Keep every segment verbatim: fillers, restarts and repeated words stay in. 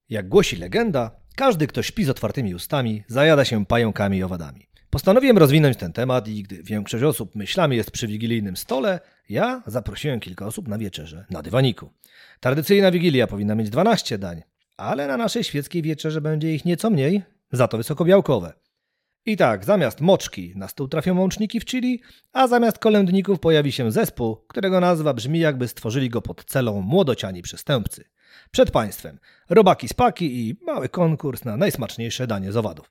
Jak głosi legenda, każdy, kto śpi z otwartymi ustami, zajada się pająkami i owadami. Postanowiłem rozwinąć ten temat i gdy większość osób myślami jest przy wigilijnym stole, ja zaprosiłem kilka osób na wieczerzę na dywaniku. Tradycyjna wigilia powinna mieć dwanaście dań, ale na naszej świeckiej wieczerze będzie ich nieco mniej, za to wysokobiałkowe. I tak, zamiast moczki na stół trafią łączniki w chili, a zamiast kolędników pojawi się zespół, którego nazwa brzmi, jakby stworzyli go pod celą młodociani przestępcy. Przed państwem robaki spaki i mały konkurs na najsmaczniejsze danie z owadów.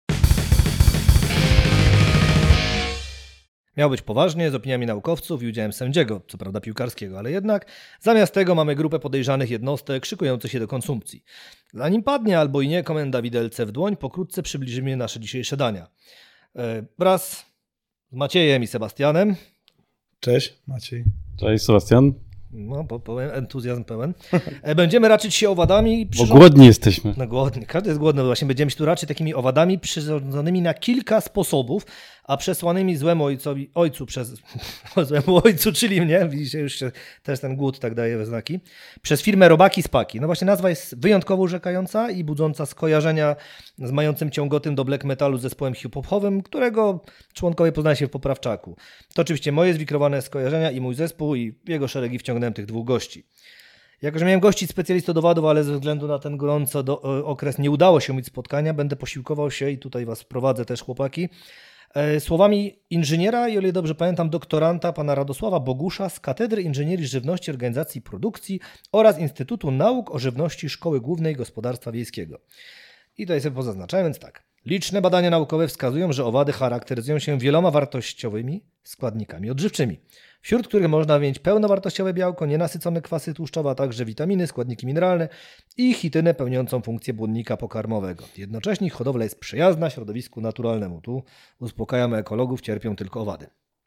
Miał być poważnie, z opiniami naukowców i udziałem sędziego, co prawda piłkarskiego, ale jednak zamiast tego mamy grupę podejrzanych jednostek szykujących się do konsumpcji. Zanim padnie albo i nie komenda widelce w dłoń, pokrótce przybliżymy nasze dzisiejsze dania. E, wraz z Maciejem i Sebastianem. Cześć, Maciej. Cześć, Sebastian. No, po, pełen, entuzjazm pełen. E, będziemy raczyć się owadami. Przyrząd... Bo głodni jesteśmy. No głodni, każdy jest głodny. Właśnie będziemy się tu raczyć takimi owadami przyrządzonymi na kilka sposobów, a przesłanymi złemu ojcowi, ojcu przez... złemu ojcu, czyli mnie, widzicie, już się też ten głód tak daje we znaki, przez firmę Robaki Spaki. No właśnie nazwa jest wyjątkowo urzekająca i budząca skojarzenia z mającym ciągotym do black metalu zespołem hip-hopowym, którego członkowie poznają się w Poprawczaku. To oczywiście moje zwikrowane skojarzenia i mój zespół i w jego szeregi wciągnąłem tych dwóch gości. Jako że miałem gościć specjalistę do owadów, ale ze względu na ten gorąco do, okres nie udało się mieć spotkania, będę posiłkował się i tutaj was wprowadzę też, chłopaki, e, słowami inżyniera i, o ile dobrze pamiętam, doktoranta pana Radosława Bogusza z Katedry Inżynierii Żywności, Organizacji i Produkcji oraz Instytutu Nauk o Żywności Szkoły Głównej Gospodarstwa Wiejskiego. I tutaj sobie pozaznaczałem, więc tak. Liczne badania naukowe wskazują, że owady charakteryzują się wieloma wartościowymi składnikami odżywczymi, wśród których można wymienić pełnowartościowe białko, nienasycone kwasy tłuszczowe, a także witaminy, składniki mineralne i chitynę pełniącą funkcję błonnika pokarmowego. Jednocześnie ich hodowla jest przyjazna środowisku naturalnemu. Tu uspokajamy ekologów, cierpią tylko owady.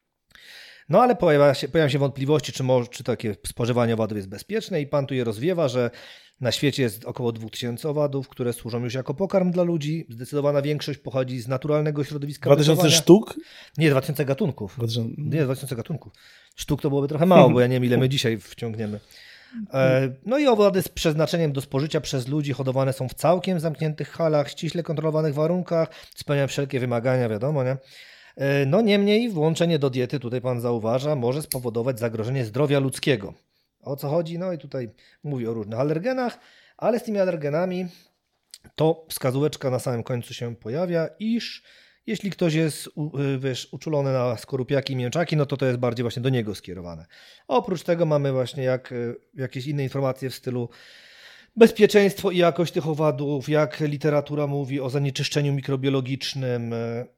No ale pojawia się, pojawiają się wątpliwości, czy, może, czy takie spożywanie owadów jest bezpieczne i pan tu je rozwiewa, że na świecie jest około dwa tysiące owadów, które służą już jako pokarm dla ludzi. Zdecydowana większość pochodzi z naturalnego środowiska. dwa tysiące sztuk? Nie, dwa tysiące gatunków. dwa tysiące... Nie, dwa tysiące gatunków. Sztuk to byłoby trochę mało, bo ja nie wiem, ile my dzisiaj wciągniemy. No i owady z przeznaczeniem do spożycia przez ludzi hodowane są w całkiem zamkniętych halach, ściśle kontrolowanych warunkach, spełniają wszelkie wymagania, wiadomo, nie? No niemniej włączenie do diety, tutaj pan zauważa, może spowodować zagrożenie zdrowia ludzkiego. O co chodzi? No i tutaj mówi o różnych alergenach, ale z tymi alergenami to wskazóweczka na samym końcu się pojawia, iż jeśli ktoś jest wiesz, uczulony na skorupiaki i mięczaki, no to to jest bardziej właśnie do niego skierowane. Oprócz tego mamy właśnie jak, jakieś inne informacje w stylu bezpieczeństwo i jakość tych owadów, jak literatura mówi o zanieczyszczeniu mikrobiologicznym.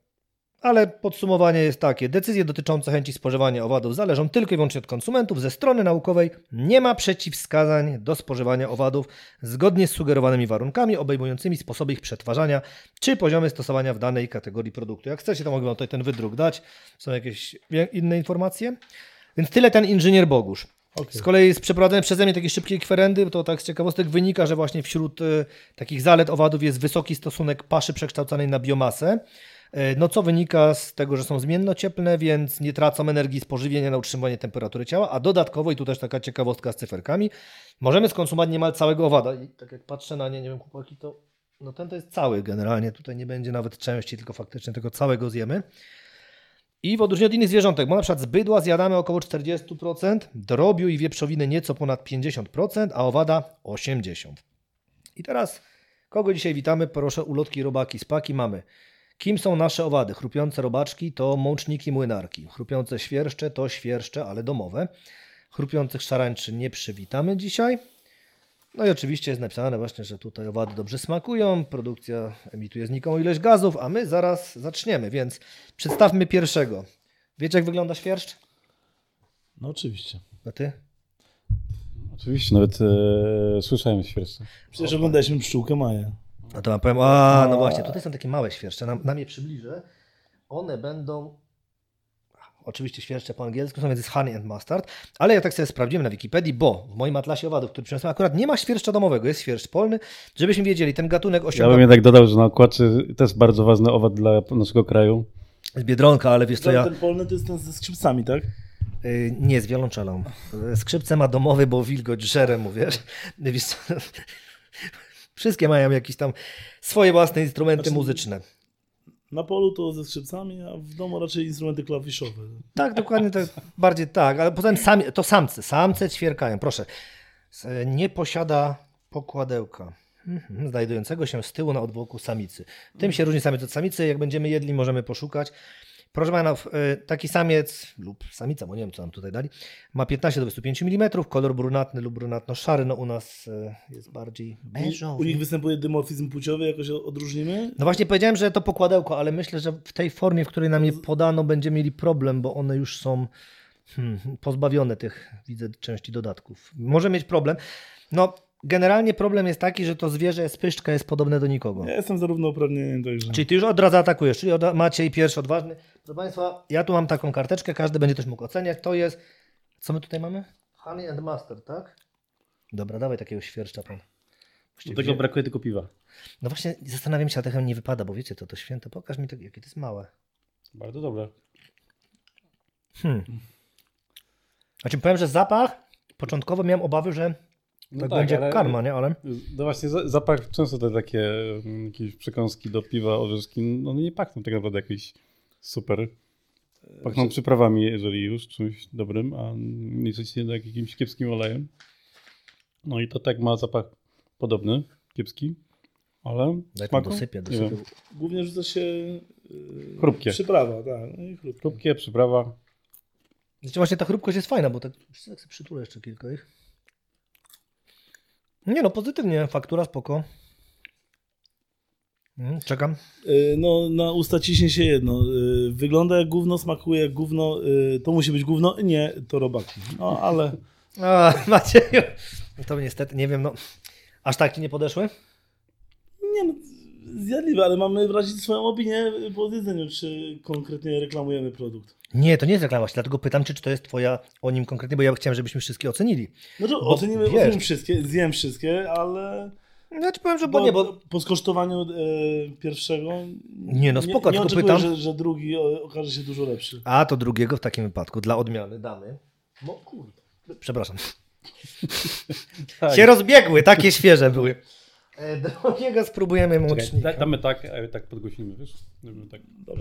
Ale podsumowanie jest takie. Decyzje dotyczące chęci spożywania owadów zależą tylko i wyłącznie od konsumentów. Ze strony naukowej nie ma przeciwwskazań do spożywania owadów zgodnie z sugerowanymi warunkami obejmującymi sposoby ich przetwarzania czy poziomy stosowania w danej kategorii produktu. Jak chcecie, to mogę wam tutaj ten wydruk dać. Są jakieś inne informacje. Więc tyle ten inżynier Bogusz. Okay. Z kolei z przeprowadzonej przeze mnie takiej szybkiej kwerendy, to tak z ciekawostek wynika, że właśnie wśród y, takich zalet owadów jest wysoki stosunek paszy przekształcanej na biomasę. No co wynika z tego, że są zmiennocieplne, więc nie tracą energii z pożywienia na utrzymywanie temperatury ciała, a dodatkowo, i tu też taka ciekawostka z cyferkami, możemy skonsumować niemal całego owada. I tak jak patrzę na nie, nie wiem, chłopaki, to no ten to jest cały generalnie, tutaj nie będzie nawet części, tylko faktycznie tego całego zjemy. I w odróżnieniu od innych zwierzątek, bo na przykład z bydła zjadamy około czterdzieści procent, drobiu i wieprzowiny nieco ponad pięćdziesiąt procent, a owada osiemdziesiąt procent. I teraz, kogo dzisiaj witamy? Proszę, ulotki, robaki, spaki mamy. Kim są nasze owady? Chrupiące robaczki to mączniki młynarki. Chrupiące świerszcze to świerszcze, ale domowe. Chrupiących szarańczy nie przywitamy dzisiaj. No i oczywiście jest napisane właśnie, że tutaj owady dobrze smakują, produkcja emituje znikomą ilość gazów, a my zaraz zaczniemy, więc przedstawmy pierwszego. Wiecie, jak wygląda świerszcz? No oczywiście. A ty? Oczywiście, nawet e, słyszałem świerszcze. Przecież oglądaliśmy Pszczółkę Maję. No to wam powiem, a no właśnie, tutaj są takie małe świerszcze, nam, nam je przybliżę. One będą, oczywiście świerszcze po angielsku, są, więc jest honey and mustard, ale ja tak sobie sprawdziłem na Wikipedii, bo w moim atlasie owadów, który przyniosłem, akurat nie ma świerszcza domowego, jest świerszcz polny, żebyśmy wiedzieli, ten gatunek osiąga... Ja bym jednak dodał, że na okładce też bardzo ważny owad dla naszego kraju. Z Biedronka, ale wiesz co, ja... Ten polny to jest ten ze skrzypcami, tak? Yy, nie, z wiolonczelą. Skrzypce ma domowy, bo wilgoć żere mu, wiesz. wiesz co? Wszystkie mają jakieś tam swoje własne instrumenty Znaczy- muzyczne. Na polu to ze skrzypcami, a w domu raczej instrumenty klawiszowe. Tak, dokładnie tak, bardziej tak, ale poza tym sami, to samce, samce ćwierkają, proszę. S- Nie posiada pokładełka mhm, znajdującego się z tyłu na odwłoku samicy. Tym się różni samiec od samicy, jak będziemy jedli, możemy poszukać. Proszę pana, w- y, taki samiec lub samica, bo nie wiem co nam tutaj dali, ma piętnaście do dwudziestu pięciu milimetrów, kolor brunatny lub brunatno-szary, no u nas y, jest bardziej U beżowy. nich występuje dymorfizm płciowy, jakoś odróżnimy? No właśnie powiedziałem, że to pokładełko, ale myślę, że w tej formie, w której nam je podano, będziemy mieli problem, bo one już są hmm, pozbawione tych, widzę, części dodatków. Może mieć problem. No, generalnie problem jest taki, że to zwierzę z pyszczka jest podobne do nikogo. Ja jestem zarówno uprawnieniem, także... Czyli ty już od razu atakujesz, czyli od, Maciej pierwszy odważny. Proszę Państwa, ja tu mam taką karteczkę, każdy będzie też mógł oceniać. To jest, co my tutaj mamy? Honey and Mustard, tak? Dobra, dawaj takiego świerszcza pan. Do Właściwie tego wzię- brakuje tylko piwa. No właśnie zastanawiam się, a trochę nie wypada, bo wiecie, to to święto. Pokaż mi, to, jakie to jest małe. Bardzo dobre. Hmm. Znaczy powiem, że zapach, początkowo miałem obawy, że No tak tak, będzie ale- jak karma, nie? Ale No właśnie za- zapach, często te takie mm, jakieś przekąski do piwa, orzeszki, no nie pachną tak naprawdę jakieś super. Pachną przyprawami, jeżeli już, czymś dobrym, a nie coś nie jak jakimś kiepskim olejem. No i to tak ma zapach podobny, kiepski, ale daj pan smaku, dosypię, nie dosypię. wiem, Głównie rzuca się... Yy, Chrupkie. Przyprawa, tak. No i chrupkie. chrupkie, przyprawa. Znaczy właśnie ta chrupkość jest fajna, bo tak, tak sobie przytulę jeszcze kilka ich. Nie no, pozytywnie, faktura spoko. Mm, czekam. Yy, No, na usta ciśnie się jedno. Yy, Wygląda jak gówno, smakuje jak gówno. Yy, To musi być gówno. Nie, to robaki. No, ale... A, Macieju, to niestety, nie wiem, no, aż tak ci nie podeszły? Nie no, zjadliwe, ale mamy wyrazić swoją opinię po zjedzeniu, czy konkretnie reklamujemy produkt. Nie, to nie jest reklama, właśnie dlatego pytam cię, czy to jest twoja o nim konkretnie, bo ja chciałem, żebyśmy wszystkie ocenili. No to Bo ocenimy, wiesz- ocenimy wszystkie, zjem wszystkie, ale Ja ci powiem, że bo po, nie, bo po skosztowaniu e, pierwszego Nie, no spoko, nie, nie tylko oczekuję, pytam. że, że drugi o, okaże się dużo lepszy. A to drugiego w takim wypadku dla odmiany damy. No kurde. Przepraszam. Tak. Się rozbiegły, takie świeże były. E, Drugiego spróbujemy Czekaj, mącznika. da- damy tak, a tak podgłosimy, wiesz? Żeby tak. Dobra.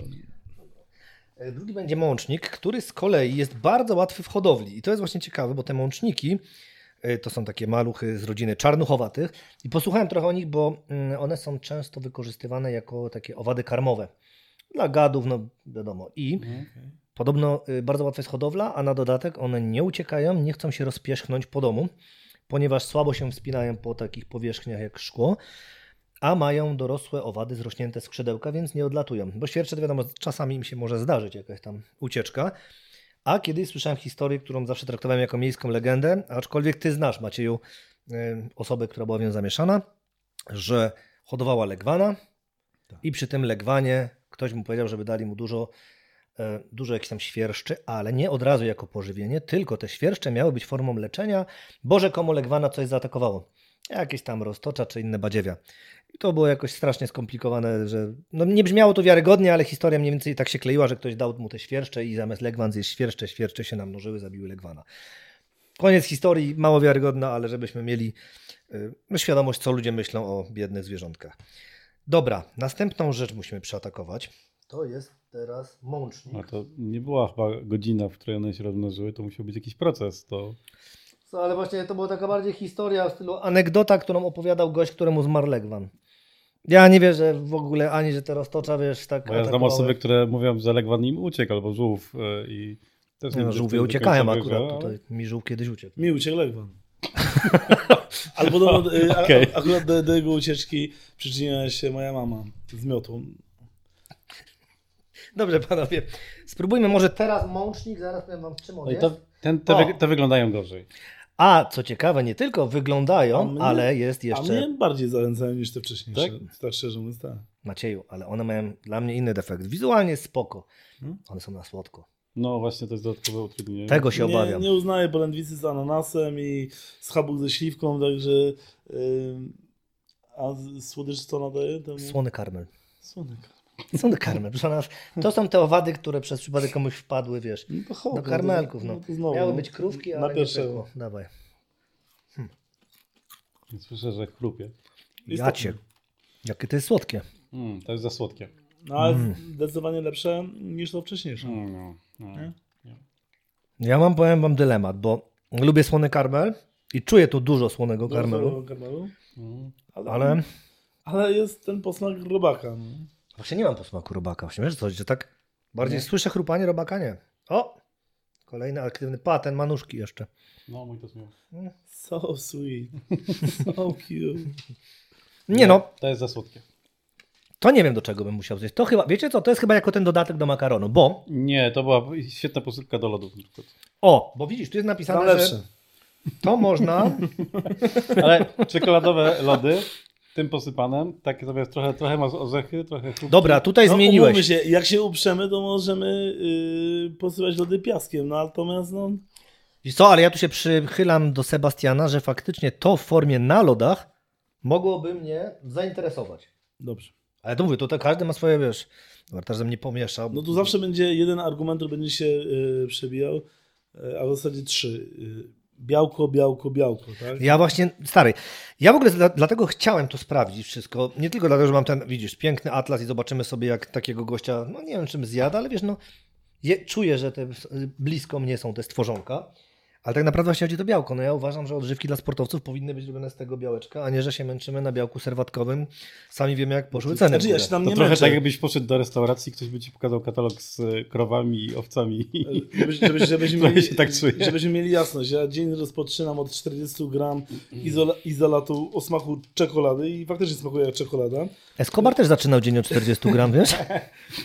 E, Drugi będzie mącznik, który z kolei jest bardzo łatwy w hodowli. I to jest właśnie ciekawe, bo te mączniki e, to są takie maluchy z rodziny czarnuchowatych. I posłuchałem trochę o nich, bo mm, one są często wykorzystywane jako takie owady karmowe. Dla gadów, no wiadomo. I podobno y, bardzo łatwa jest hodowla, a na dodatek one nie uciekają, nie chcą się rozpierzchnąć po domu, ponieważ słabo się wspinają po takich powierzchniach jak szkło, a mają dorosłe owady zrośnięte skrzydełka, więc nie odlatują. Bo świercze, to wiadomo, czasami im się może zdarzyć jakaś tam ucieczka. A kiedyś słyszałem historię, którą zawsze traktowałem jako miejską legendę, aczkolwiek ty znasz, Macieju, y, osobę, która była w nią zamieszana, że hodowała legwana i przy tym legwanie ktoś mu powiedział, żeby dali mu dużo e, dużo jakichś tam świerszczy, ale nie od razu jako pożywienie, tylko te świerszcze miały być formą leczenia, bo rzekomo legwana coś zaatakowało. Jakieś tam roztocza czy inne badziewia. I to było jakoś strasznie skomplikowane, że no nie brzmiało to wiarygodnie, ale historia mniej więcej tak się kleiła, że ktoś dał mu te świerszcze i zamiast legwan zjeść świerszcze, świerszcze się namnożyły, zabiły legwana. Koniec historii, mało wiarygodna, ale żebyśmy mieli y, no, świadomość, co ludzie myślą o biednych zwierzątkach. Dobra, następną rzecz musimy przeatakować. To jest teraz mącznik. No to nie była chyba godzina, w której one się rozmnożyły, to musiał być jakiś proces. To Co, ale właśnie to była taka bardziej historia w stylu anegdota, którą opowiadał gość, któremu zmarł legwan. Ja nie wierzę w ogóle ani, że te roztocza, wiesz, tak bo ja znam atakowały. osoby, które mówią, że legwan im uciekł albo żółw e, i też Nie, no, wiem, czy żółwie to jest do uciekają końca akurat, wierzę, tutaj mi żółw kiedyś uciekł. Mi uciekł legwan. Ale podobno y, a, Okej. a, akurat do, do jego ucieczki przyczyniła się moja mama z miotłą. Dobrze, panowie, spróbujmy może teraz mącznik, zaraz powiem wam czym on No i jest. to, ten, te, O! wyg- te wyglądają gorzej. A, co ciekawe, nie tylko wyglądają, A mnie- ale jest A jeszcze... mnie bardziej zalęcają niż te wcześniejsze. Tak? Tak szczerze mówiąc, tak. Macieju, ale one mają dla mnie inny defekt. Wizualnie spoko. Hmm? One są na słodko. No właśnie, to jest dodatkowe utrudnienie. Tego się nie, obawiam. nie uznaję polędwicy z ananasem i schabów ze śliwką, także... Yy, a z- słodycz co nadaje temu? Słony karmel. Słonek. Słony karmel. Proszę nas, to są te owady, które przez przypadek komuś wpadły, wiesz, No to chodź, do karmelków. No. to znowu, Miały no. być krówki, ale Na nie pierwszego. pykło. Dawaj. Słyszę, że chrupie. Jacie. Jakie to jest słodkie. Mm, to jest za słodkie. No ale Mm. zdecydowanie lepsze niż to wcześniejsze. Mm, no, no. Nie? Ja mam, powiem wam, dylemat, bo lubię słony karmel i czuję tu dużo słonego karmelu, Dużo karmelu. Mm. Ale, ale ale jest ten posmak robaka. No. właśnie nie mam posmaku robaka. Właśnie wiesz co, że tak bardziej Nie. słyszę chrupanie robaka, nie. O! Kolejny aktywny patent, manuszki jeszcze. No, mój to zmiał. So sweet. So cute. Nie no, To jest za słodkie. to nie wiem do czego bym musiał zjeść. To chyba, wiecie co, to jest chyba jako ten dodatek do makaronu, bo, Nie, to była świetna posypka do lodów na przykład. o, bo widzisz, tu jest Tam napisane, lepsze. że to można, Ale czekoladowe lody, tym posypanem, takie zamiast trochę, trochę ma orzechy, trochę chrupki. dobra, tutaj No, umówmy zmieniłeś. się, jak się uprzemy, to możemy yy, posypać lody piaskiem, no natomiast no... Wiesz co, ale ja tu się przychylam do Sebastiana, że faktycznie to w formie na lodach mogłoby mnie zainteresować. Dobrze. Ale to mówię, to, to każdy ma swoje, wiesz, dobra, też żebym nie pomieszał. No tu zawsze będzie jeden argument, który będzie się yy, przebijał, yy, a w zasadzie trzy. Yy, białko, białko, białko, tak? Ja właśnie, stary, ja w ogóle dla, dlatego chciałem to sprawdzić wszystko, nie tylko dlatego, że mam ten, widzisz, piękny atlas i zobaczymy sobie, jak takiego gościa, no nie wiem, czym zjada, ale wiesz, no, je, czuję, że te blisko mnie są te stworzonka, ale tak naprawdę właśnie chodzi o to białko. No ja uważam, że odżywki dla sportowców powinny być robione z tego białeczka, a nie, że się męczymy na białku serwatkowym. Sami wiemy, jak poszły ceny. Znaczy, w ja ogóle. się tam To nie trochę męczę. tak, jakbyś poszedł do restauracji, ktoś by ci pokazał katalog z e, krowami i owcami. Żebyś, żebyś, żebyśmy, Trochę mieli, się tak czuję. żebyśmy mieli jasność. Ja dzień rozpoczynam od czterdziestu gram izola, izolatu o smaku czekolady i faktycznie smakuje jak czekolada. Escobar też zaczynał dzień od czterdziestu gram, wiesz? E,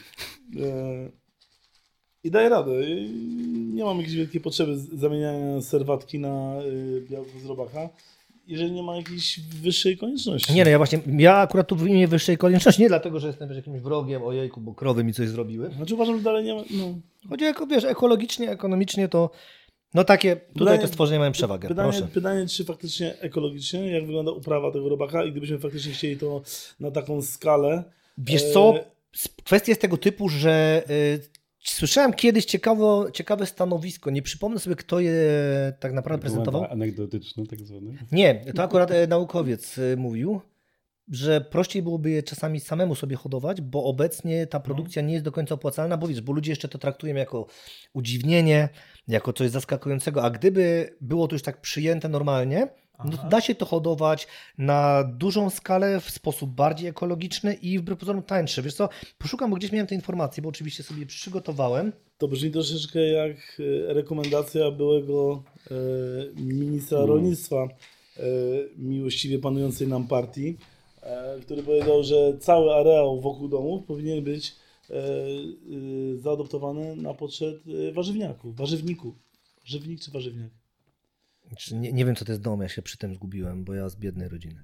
I daję radę. I nie mam jakiejś wielkiej potrzeby z- zamieniania serwatki na y, białko z robaka, jeżeli nie ma jakiejś wyższej konieczności. Nie no, ja właśnie, ja akurat tu w imię wyższej konieczności, nie dlatego, że jestem wiesz, jakimś wrogiem, ojejku, bo krowy mi coś zrobiły. Znaczy uważam, że dalej nie ma... No. Chodzi jako, wiesz, ekologicznie, ekonomicznie to, no takie, tutaj Pytanie- te stworzenia mają przewagę, Pytanie, proszę. pytanie, czy faktycznie ekologicznie, jak wygląda uprawa tego robaka i gdybyśmy faktycznie chcieli to na taką skalę... Wiesz e, co, kwestia jest tego typu, że y, słyszałem kiedyś ciekawo, ciekawe stanowisko, nie przypomnę sobie, kto je tak naprawdę prezentował. Anegdotyczny tak zwany. Nie, to akurat e, naukowiec y, mówił, że prościej byłoby je czasami samemu sobie hodować, bo obecnie ta produkcja nie jest do końca opłacalna, bo wiesz, bo ludzie jeszcze to traktują jako udziwnienie, jako coś zaskakującego, a gdyby było to już tak przyjęte normalnie, no to da się to hodować na dużą skalę w sposób bardziej ekologiczny i wbrew pozorom tańszy. Wiesz co, poszukam, bo gdzieś miałem te informacje, bo oczywiście sobie je przygotowałem. To brzmi troszeczkę jak e, rekomendacja byłego e, ministra Mm. rolnictwa e, miłościwie panującej nam partii, e, który powiedział, że cały areał wokół domów powinien być e, e, zaadoptowany na poczet e, warzywniaków, warzywników. Warzywnik czy warzywniak? Czy Nie, nie wiem, co to jest dom, ja się przy tym zgubiłem, bo ja z biednej rodziny.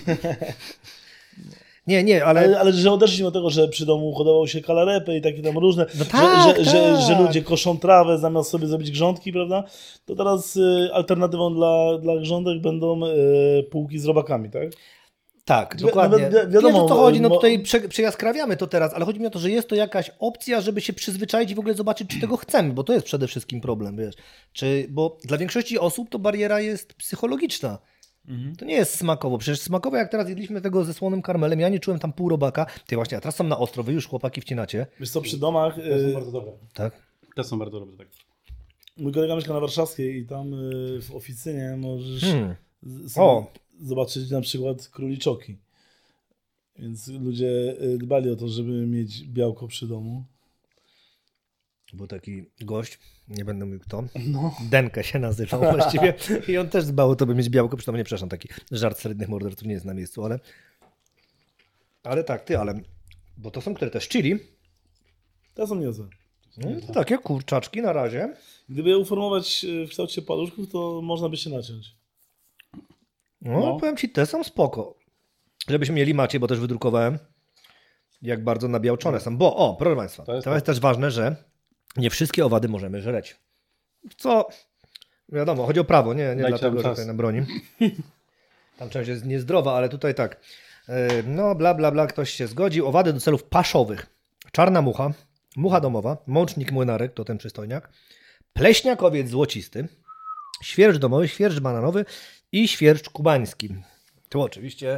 Nie, nie, ale... Ale, ale że odeszliśmy od tego, że przy domu hodował się kalarepę i takie tam różne, No że, tak, że, tak. Że, że ludzie koszą trawę zamiast sobie zrobić grządki, prawda? To teraz y, alternatywą dla, dla grządek będą y, półki z robakami, tak? Tak, Wi- dokładnie. nawet wi- wiadomo, Wiesz, o co chodzi, no mo- tutaj prze, przejaskrawiamy to teraz, ale chodzi mi o to, że jest to jakaś opcja, żeby się przyzwyczaić i w ogóle zobaczyć, czy tego chcemy, bo to jest przede wszystkim problem, wiesz. Czy, bo dla większości osób to bariera jest psychologiczna. To nie jest smakowo. Przecież smakowo, jak teraz jedliśmy tego ze słonym karmelem, ja nie czułem tam pół robaka. Ty właśnie, a teraz są na ostro, wy już chłopaki wcinacie. Wiesz co, przy domach, Te są y, bardzo dobre. Tak? Te są bardzo dobre, tak. mój kolega mieszka na Warszawskiej i tam y, w oficynie możesz Hmm. z- sobie O. zobaczyć na przykład króliczoki. Więc ludzie y, dbali o to, żeby mieć białko przy domu. Był taki gość, nie będę mówił kto, Denkę się nazywał właściwie i on też dbał o to, by mieć białko, przy tym nie, przepraszam, taki żart seryjnych morderców nie jest na miejscu, ale ale tak, ty, ale, bo to są które też chili, Te są niezłe. no, to takie kurczaczki na razie. Gdyby je uformować y, w kształcie paluszków, to można by się naciąć. No, No. powiem ci, te są spoko. Żebyśmy mieli macie, bo też wydrukowałem, jak bardzo nabiałczone są. Bo, o, proszę Państwa, to To jest, jest też ważne, że nie wszystkie owady możemy żreć. Co, wiadomo, chodzi o prawo, nie, nie Dajcie dlatego, nam że czas. tutaj na broni. Tam część jest niezdrowa, ale tutaj tak. Yy, No, bla, bla, bla, ktoś się zgodził. Owady do celów paszowych. Czarna mucha, mucha domowa, mącznik młynarek, to ten przystojniak, pleśniakowiec złocisty, świerszcz domowy, świerszcz bananowy i świerszcz kubański. Tu oczywiście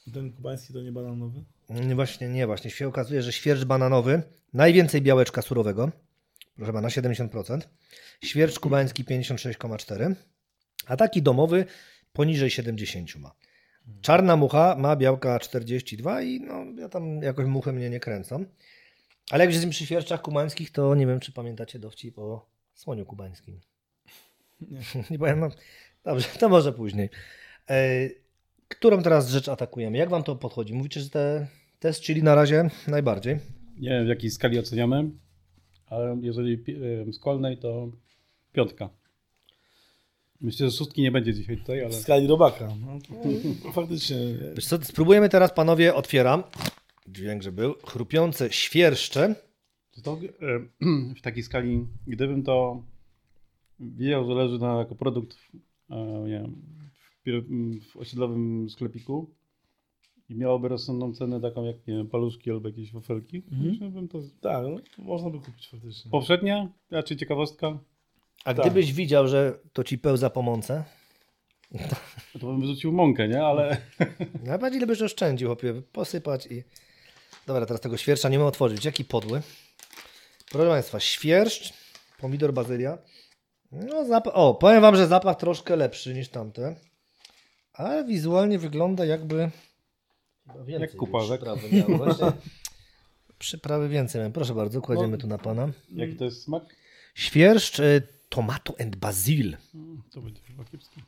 Ten kubański to nie bananowy? Nie, właśnie nie, właśnie się okazuje, że świerszcz bananowy, najwięcej białeczka surowego, proszę pana, siedemdziesiąt procent, świerszcz kubański pięćdziesiąt sześć przecinek cztery, a taki domowy poniżej siedemdziesiąt ma. Czarna mucha ma białka czterdzieści dwa i no, ja tam jakoś muchy mnie nie kręcą. Ale jak jesteśmy przy świerszczach kubańskich, to nie wiem, czy pamiętacie dowcip o słoniu kubańskim. Nie. Nie powiem, no, dobrze, to może później. E, którą teraz rzecz atakujemy? Jak wam to podchodzi? Mówicie, że te, te z chili na razie najbardziej. Nie wiem w jakiej skali oceniamy, ale jeżeli pi- e, z kolnej to piątka. Myślę, że szóstki nie będzie dzisiaj tutaj, ale W skali robaka. No, to faktycznie. Wiesz co, spróbujemy teraz, panowie, otwieram. Dźwięk, że był. Chrupiące świerszcze. to, e, w takiej skali, gdybym to wiedział, że leży na, jako produkt e, nie wiem, w, pier- w osiedlowym sklepiku i miałoby rozsądną cenę taką jak nie wiem, paluszki albo jakieś wafelki, Mhm. to bym to... Tak, no, można by kupić faktycznie. Poprzednia, raczej ciekawostka, A Tak. gdybyś widział, że to ci pełza po mące, to bym wyrzucił mąkę, nie? Ale najbardziej byś oszczędził, chłopie, posypać i... Dobra, teraz tego świerszcza nie ma otworzyć. Jaki podły? Proszę Państwa, świerszcz, pomidor, bazylia. No, zapach... O, powiem Wam, że zapach troszkę lepszy niż tamte. Ale wizualnie wygląda jakby... Chyba więcej Jak kuparzek. Przyprawy miało. Właśnie przyprawy więcej miałem. Proszę bardzo, kładziemy No. tu na Pana. jaki to jest smak? Świerszcz, y, tomato and basil. Mm, To będzie chyba kiepski.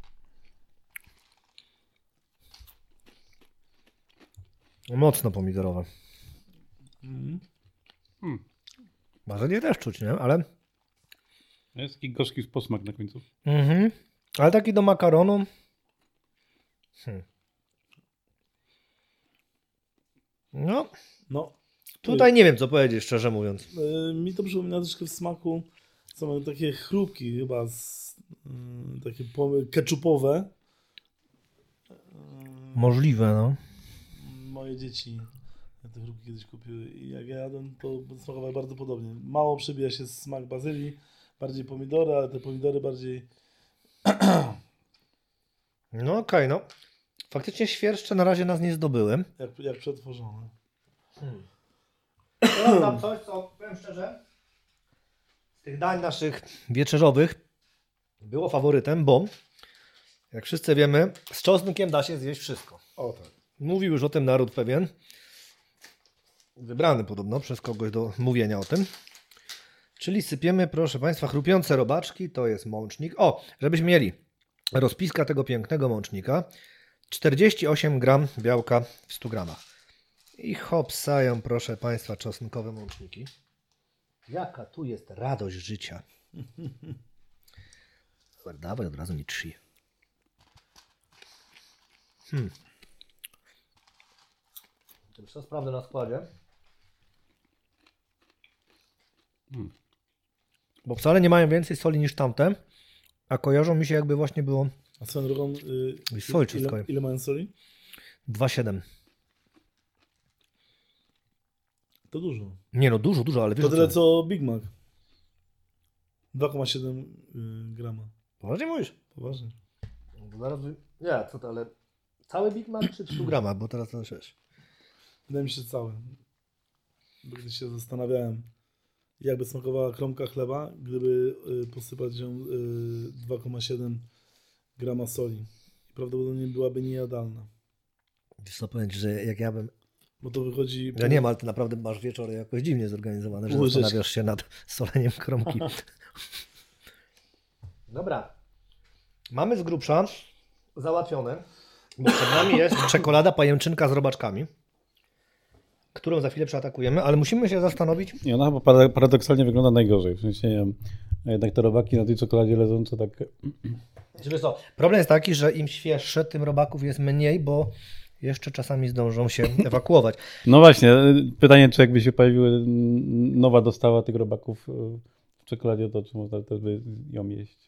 Mocno pomidorowe. Mhm. Bazylię też czuć, nie? Ale... Jest taki gorzki posmak na końcu. Mhm. Ale taki do makaronu. Hmm. No, No, tutaj nie wiem co powiedzieć, szczerze mówiąc. y, mi to przypomina troszkę w smaku. Są takie chrupki chyba, z, y, takie pomy- keczupowe. Y, Możliwe, no. Moje dzieci te chrupki kiedyś kupiły i jak ja jadłem, to smakowały bardzo podobnie. Mało przebija się smak bazylii, bardziej pomidory, ale te pomidory bardziej... No okej, no. Faktycznie świerszcze na razie nas nie zdobyły. jak, jak przetworzone. Teraz tam coś, co powiem szczerze, z tych dań naszych wieczerzowych było faworytem, bo jak wszyscy wiemy, z czosnkiem da się zjeść wszystko. O tak. Mówił już o tym naród pewien. Wybrany podobno przez kogoś do mówienia o tym. Czyli sypiemy, proszę Państwa, chrupiące robaczki, to jest mącznik. O, żebyśmy mieli rozpiska tego pięknego mącznika. czterdzieści osiem gram białka w stu gramach. I hopsają, proszę Państwa, czosnkowe mączniki. Jaka tu jest radość życia. Super, dawaj od razu mi trzy. Hmm. Co sprawdzę na składzie. Hmm. Bo wcale nie mają więcej soli niż tamte, a kojarzą mi się jakby właśnie było A swoją drogą, y, I sól ile, czosnkowej. ile mają soli? dwa przecinek siedem. To dużo. Nie no, dużo, dużo, ale wiesz To o tyle co? co Big Mac. dwa przecinek siedem y, grama. Poważnie mówisz? Poważnie. No, zaraz wy... Nie, co to, ale cały Big Mac czy w stu gramach, bo teraz to sześć. Wydaje mi się cały. Bo Gdy się zastanawiałem, jakby smakowała kromka chleba, gdyby y, posypać ją y, dwa przecinek siedem grama soli. Prawdopodobnie byłaby niejadalna. Wiesz co powiedzieć, że jak ja bym... Bo to wychodzi... Ja nie wiem, ale ty naprawdę masz wieczory jakoś dziwnie zorganizowane, że Łyżeczka. zastanawiasz się nad soleniem kromki. Dobra. Mamy z grubsza załatwione, bo przed nami jest czekolada pajęczynka z robaczkami, którą za chwilę przeatakujemy, ale musimy się zastanowić, I ona chyba para- paradoksalnie wygląda najgorzej. W sensie, nie wiem, jednak te robaki na tej czekoladzie leżą, co tak... że wiesz co, problem jest taki, że im świeższe, tym robaków jest mniej, bo jeszcze czasami zdążą się ewakuować. No właśnie, pytanie, czy jakby się pojawiła nowa dostawa tych robaków w czekoladzie, to czy można też by ją jeść?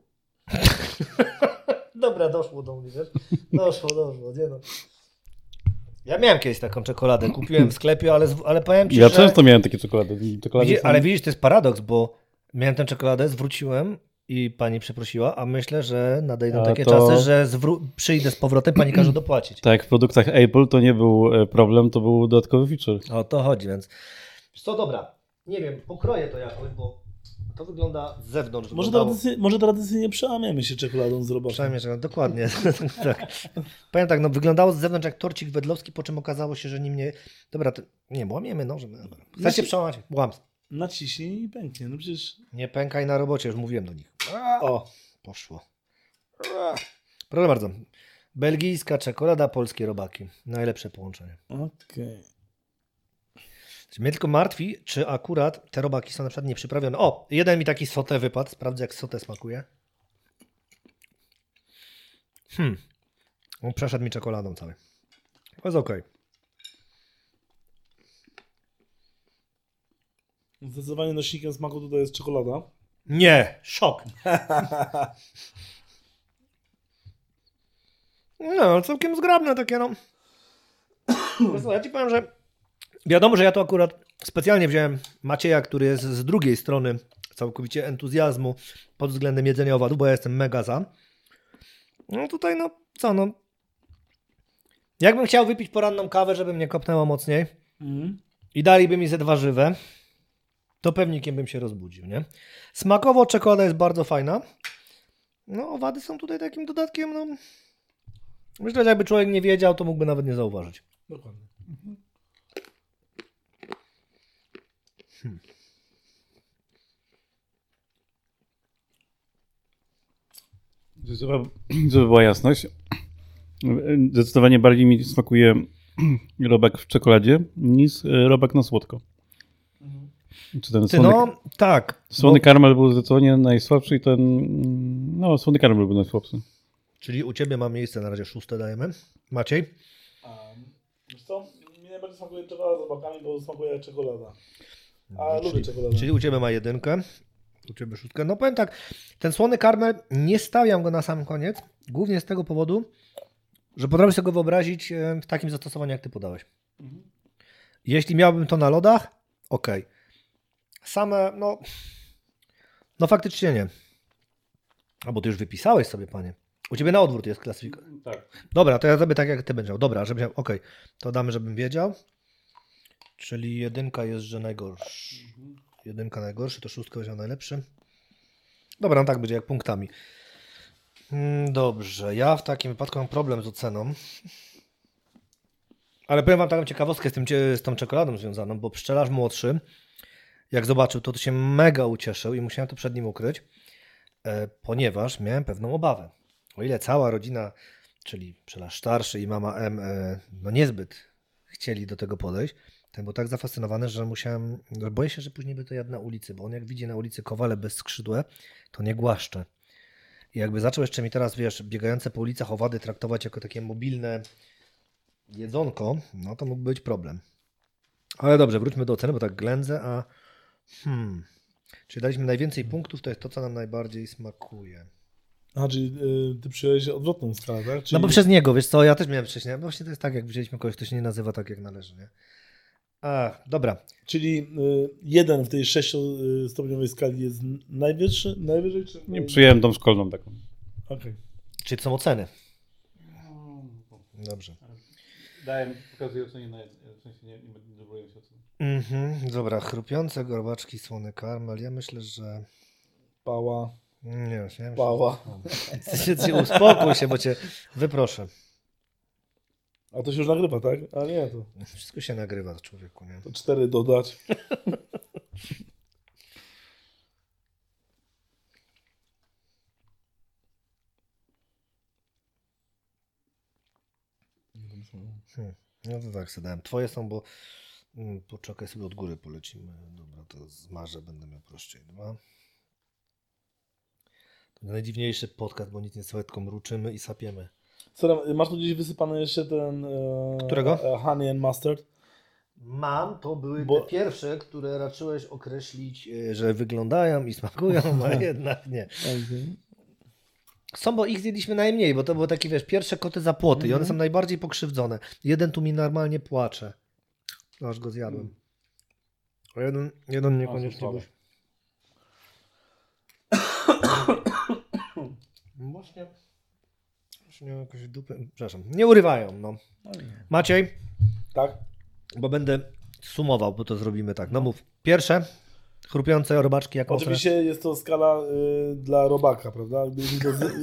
Dobra, doszło do mnie, wiesz? Doszło, doszło, nie no. Ja miałem kiedyś taką czekoladę, kupiłem w sklepie, ale, z- ale powiem Ci, Ja że... często miałem takie czekolady. czekolady Widzi, są... ale widzisz, to jest paradoks, bo miałem tę czekoladę, zwróciłem i pani przeprosiła, a myślę, że nadejdą A takie to- czasy, że zwró- przyjdę z powrotem, pani każe dopłacić. Tak, w produktach Apple to nie był e, problem, to był dodatkowy feature. O to chodzi, więc... Co dobra, nie wiem, pokroję to jakoś, bo to wygląda z zewnątrz. Może, wyglądało- tradycyjnie, może tradycyjnie przełamiemy się czekoladą z robakiem. Przynajmniej, że dokładnie. tak. Powiem tak, no wyglądało z zewnątrz jak torcik wedlowski, po czym okazało się, że nim nie... Dobra, to... nie, łamiemy nożem. Chcecie przełamać? Łam. Naciśnij i pęknie, no przecież... Nie pękaj na robocie, już mówiłem do nich. A, O, poszło. A. Proszę bardzo. Belgijska czekolada, polskie robaki. Najlepsze połączenie. okej. Mnie tylko martwi, czy akurat te robaki są na przykład nieprzyprawione. O, jeden mi taki sotę wypadł. Sprawdzę, jak sotę smakuje. Hmm. On przeszedł mi czekoladą cały. To jest okej. Zdecydowanie nośnikiem smaku tutaj jest czekolada. Nie, szok. No, całkiem zgrabne takie, no. Zresztą ja ci powiem, że wiadomo, że ja to akurat specjalnie wziąłem Macieja, który jest z drugiej strony całkowicie entuzjazmu pod względem jedzenia owadów, bo ja jestem mega za. No tutaj, no, co, no. Jakbym chciał wypić poranną kawę, żeby mnie kopnęło mocniej Mhm. i daliby mi ze dwa żywe, to pewnikiem bym się rozbudził, nie? Smakowo czekolada jest bardzo fajna. No, owady są tutaj takim dodatkiem, no. Myślę, że jakby człowiek nie wiedział, to mógłby nawet nie zauważyć. Dokładnie. Żeby, żeby była jasność, zdecydowanie bardziej mi smakuje robak w czekoladzie niż e, robak na słodko. Czy ten Ty, słony, no, tak. słony bo- karmel był zdecydowanie najsłabszy i ten, mm, no słony karmel był najsłabszy. Czyli u Ciebie ma miejsce, na razie szóste dajemy. Maciej? Um, wiesz co? Mi najbardziej smakuje czekolada z robakami, bo smakuje jak czekolada. A lubię czekoladę. Czyli u Ciebie ma jedynkę, u Ciebie szóstkę. No powiem tak, ten słony karmel, nie stawiam go na sam koniec, głównie z tego powodu, że potrafię sobie go wyobrazić e, w takim zastosowaniu, jak Ty podałeś. Jeśli miałbym to na lodach, okej. Same, no, no faktycznie nie. A bo Ty już wypisałeś sobie, panie. U Ciebie na odwrót jest klasyfikacja. Tak. Dobra, to ja zrobię tak, jak Ty będziesz miał. Dobra, żebym miał, okej, to damy, żebym wiedział. Czyli jedynka jest, że najgorszy. Jedynka najgorszy, to szóstka będzie najlepszy. Dobra, no tak będzie, jak punktami. Mm, Dobrze, ja w takim wypadku mam problem z oceną. Ale powiem wam taką ciekawostkę z, tym, cie- z tą czekoladą związaną, bo pszczelarz młodszy, jak zobaczył, to, to się mega ucieszył i musiałem to przed nim ukryć, e, ponieważ miałem pewną obawę. O ile cała rodzina, czyli pszczelarz starszy i mama M, e, no niezbyt chcieli do tego podejść, ten był tak zafascynowany, że musiałem, że boję się, że później by to jadł na ulicy, bo on jak widzi na ulicy kowale bez skrzydłe, to nie głaszcze. I jakby zaczął jeszcze mi teraz, wiesz, biegające po ulicach owady traktować jako takie mobilne jedzonko, no to mógł być problem. Ale dobrze, wróćmy do oceny, bo tak ględzę, a hmm, czyli daliśmy najwięcej punktów, to jest to, co nam najbardziej smakuje. A, czyli y, ty przyjąłeś odwrotną stronę, tak? Czyli... No bo przez niego, wiesz co, ja też miałem wcześniej, no właśnie to jest tak, jak wzięliśmy kogoś, kto się nie nazywa tak, jak należy, nie? A, dobra. Czyli y, jeden w tej sześciostopniowej skali jest najwyższy, najwyżej czy... Nie, przyjąłem tą szkolną taką. Okej. Czyli to są oceny. Dobrze. Dałem, pokazuję ocenie na w sensie nie, nie dobruję się oceny. Mhm, dobra, chrupiące gorbaczki, słony karmel, ja myślę, że... Pała. Nie, nie wiem. Pała. Się, uspokój się, bo cię wyproszę. A to się już nagrywa, tak? A nie, to, Wszystko się nagrywa, człowieku, nie? to cztery dodać. Hmm. No to tak sobie dałem. Twoje są, bo mm, poczekaj sobie od góry polecimy. Dobra, to zmarzę, będę miał prościej. Dwa. To najdziwniejszy podcast, bo nic nie słychać, tylko mruczymy i sapiemy. Sorry, masz tu gdzieś wysypany jeszcze ten... E, Którego? E, honey and mustard? Mam, to były Bo- te pierwsze, które raczyłeś określić, e, że wyglądają i smakują, a jednak nie. Są, bo ich zjedliśmy najmniej, bo to były takie, wiesz, pierwsze koty za płoty i one są najbardziej pokrzywdzone. Jeden tu mi normalnie płacze. Aż go zjadłem. A jeden, jeden niekoniecznie słabe. był. Właśnie. Nie jakoś dupy. Przepraszam. Nie urywają, no. Maciej, Tak? bo będę sumował, bo to zrobimy tak. No mów. Pierwsze, chrupiące robaczki jako Oczywiście jest to skala y, dla robaka, prawda? Gdybyśmy to z...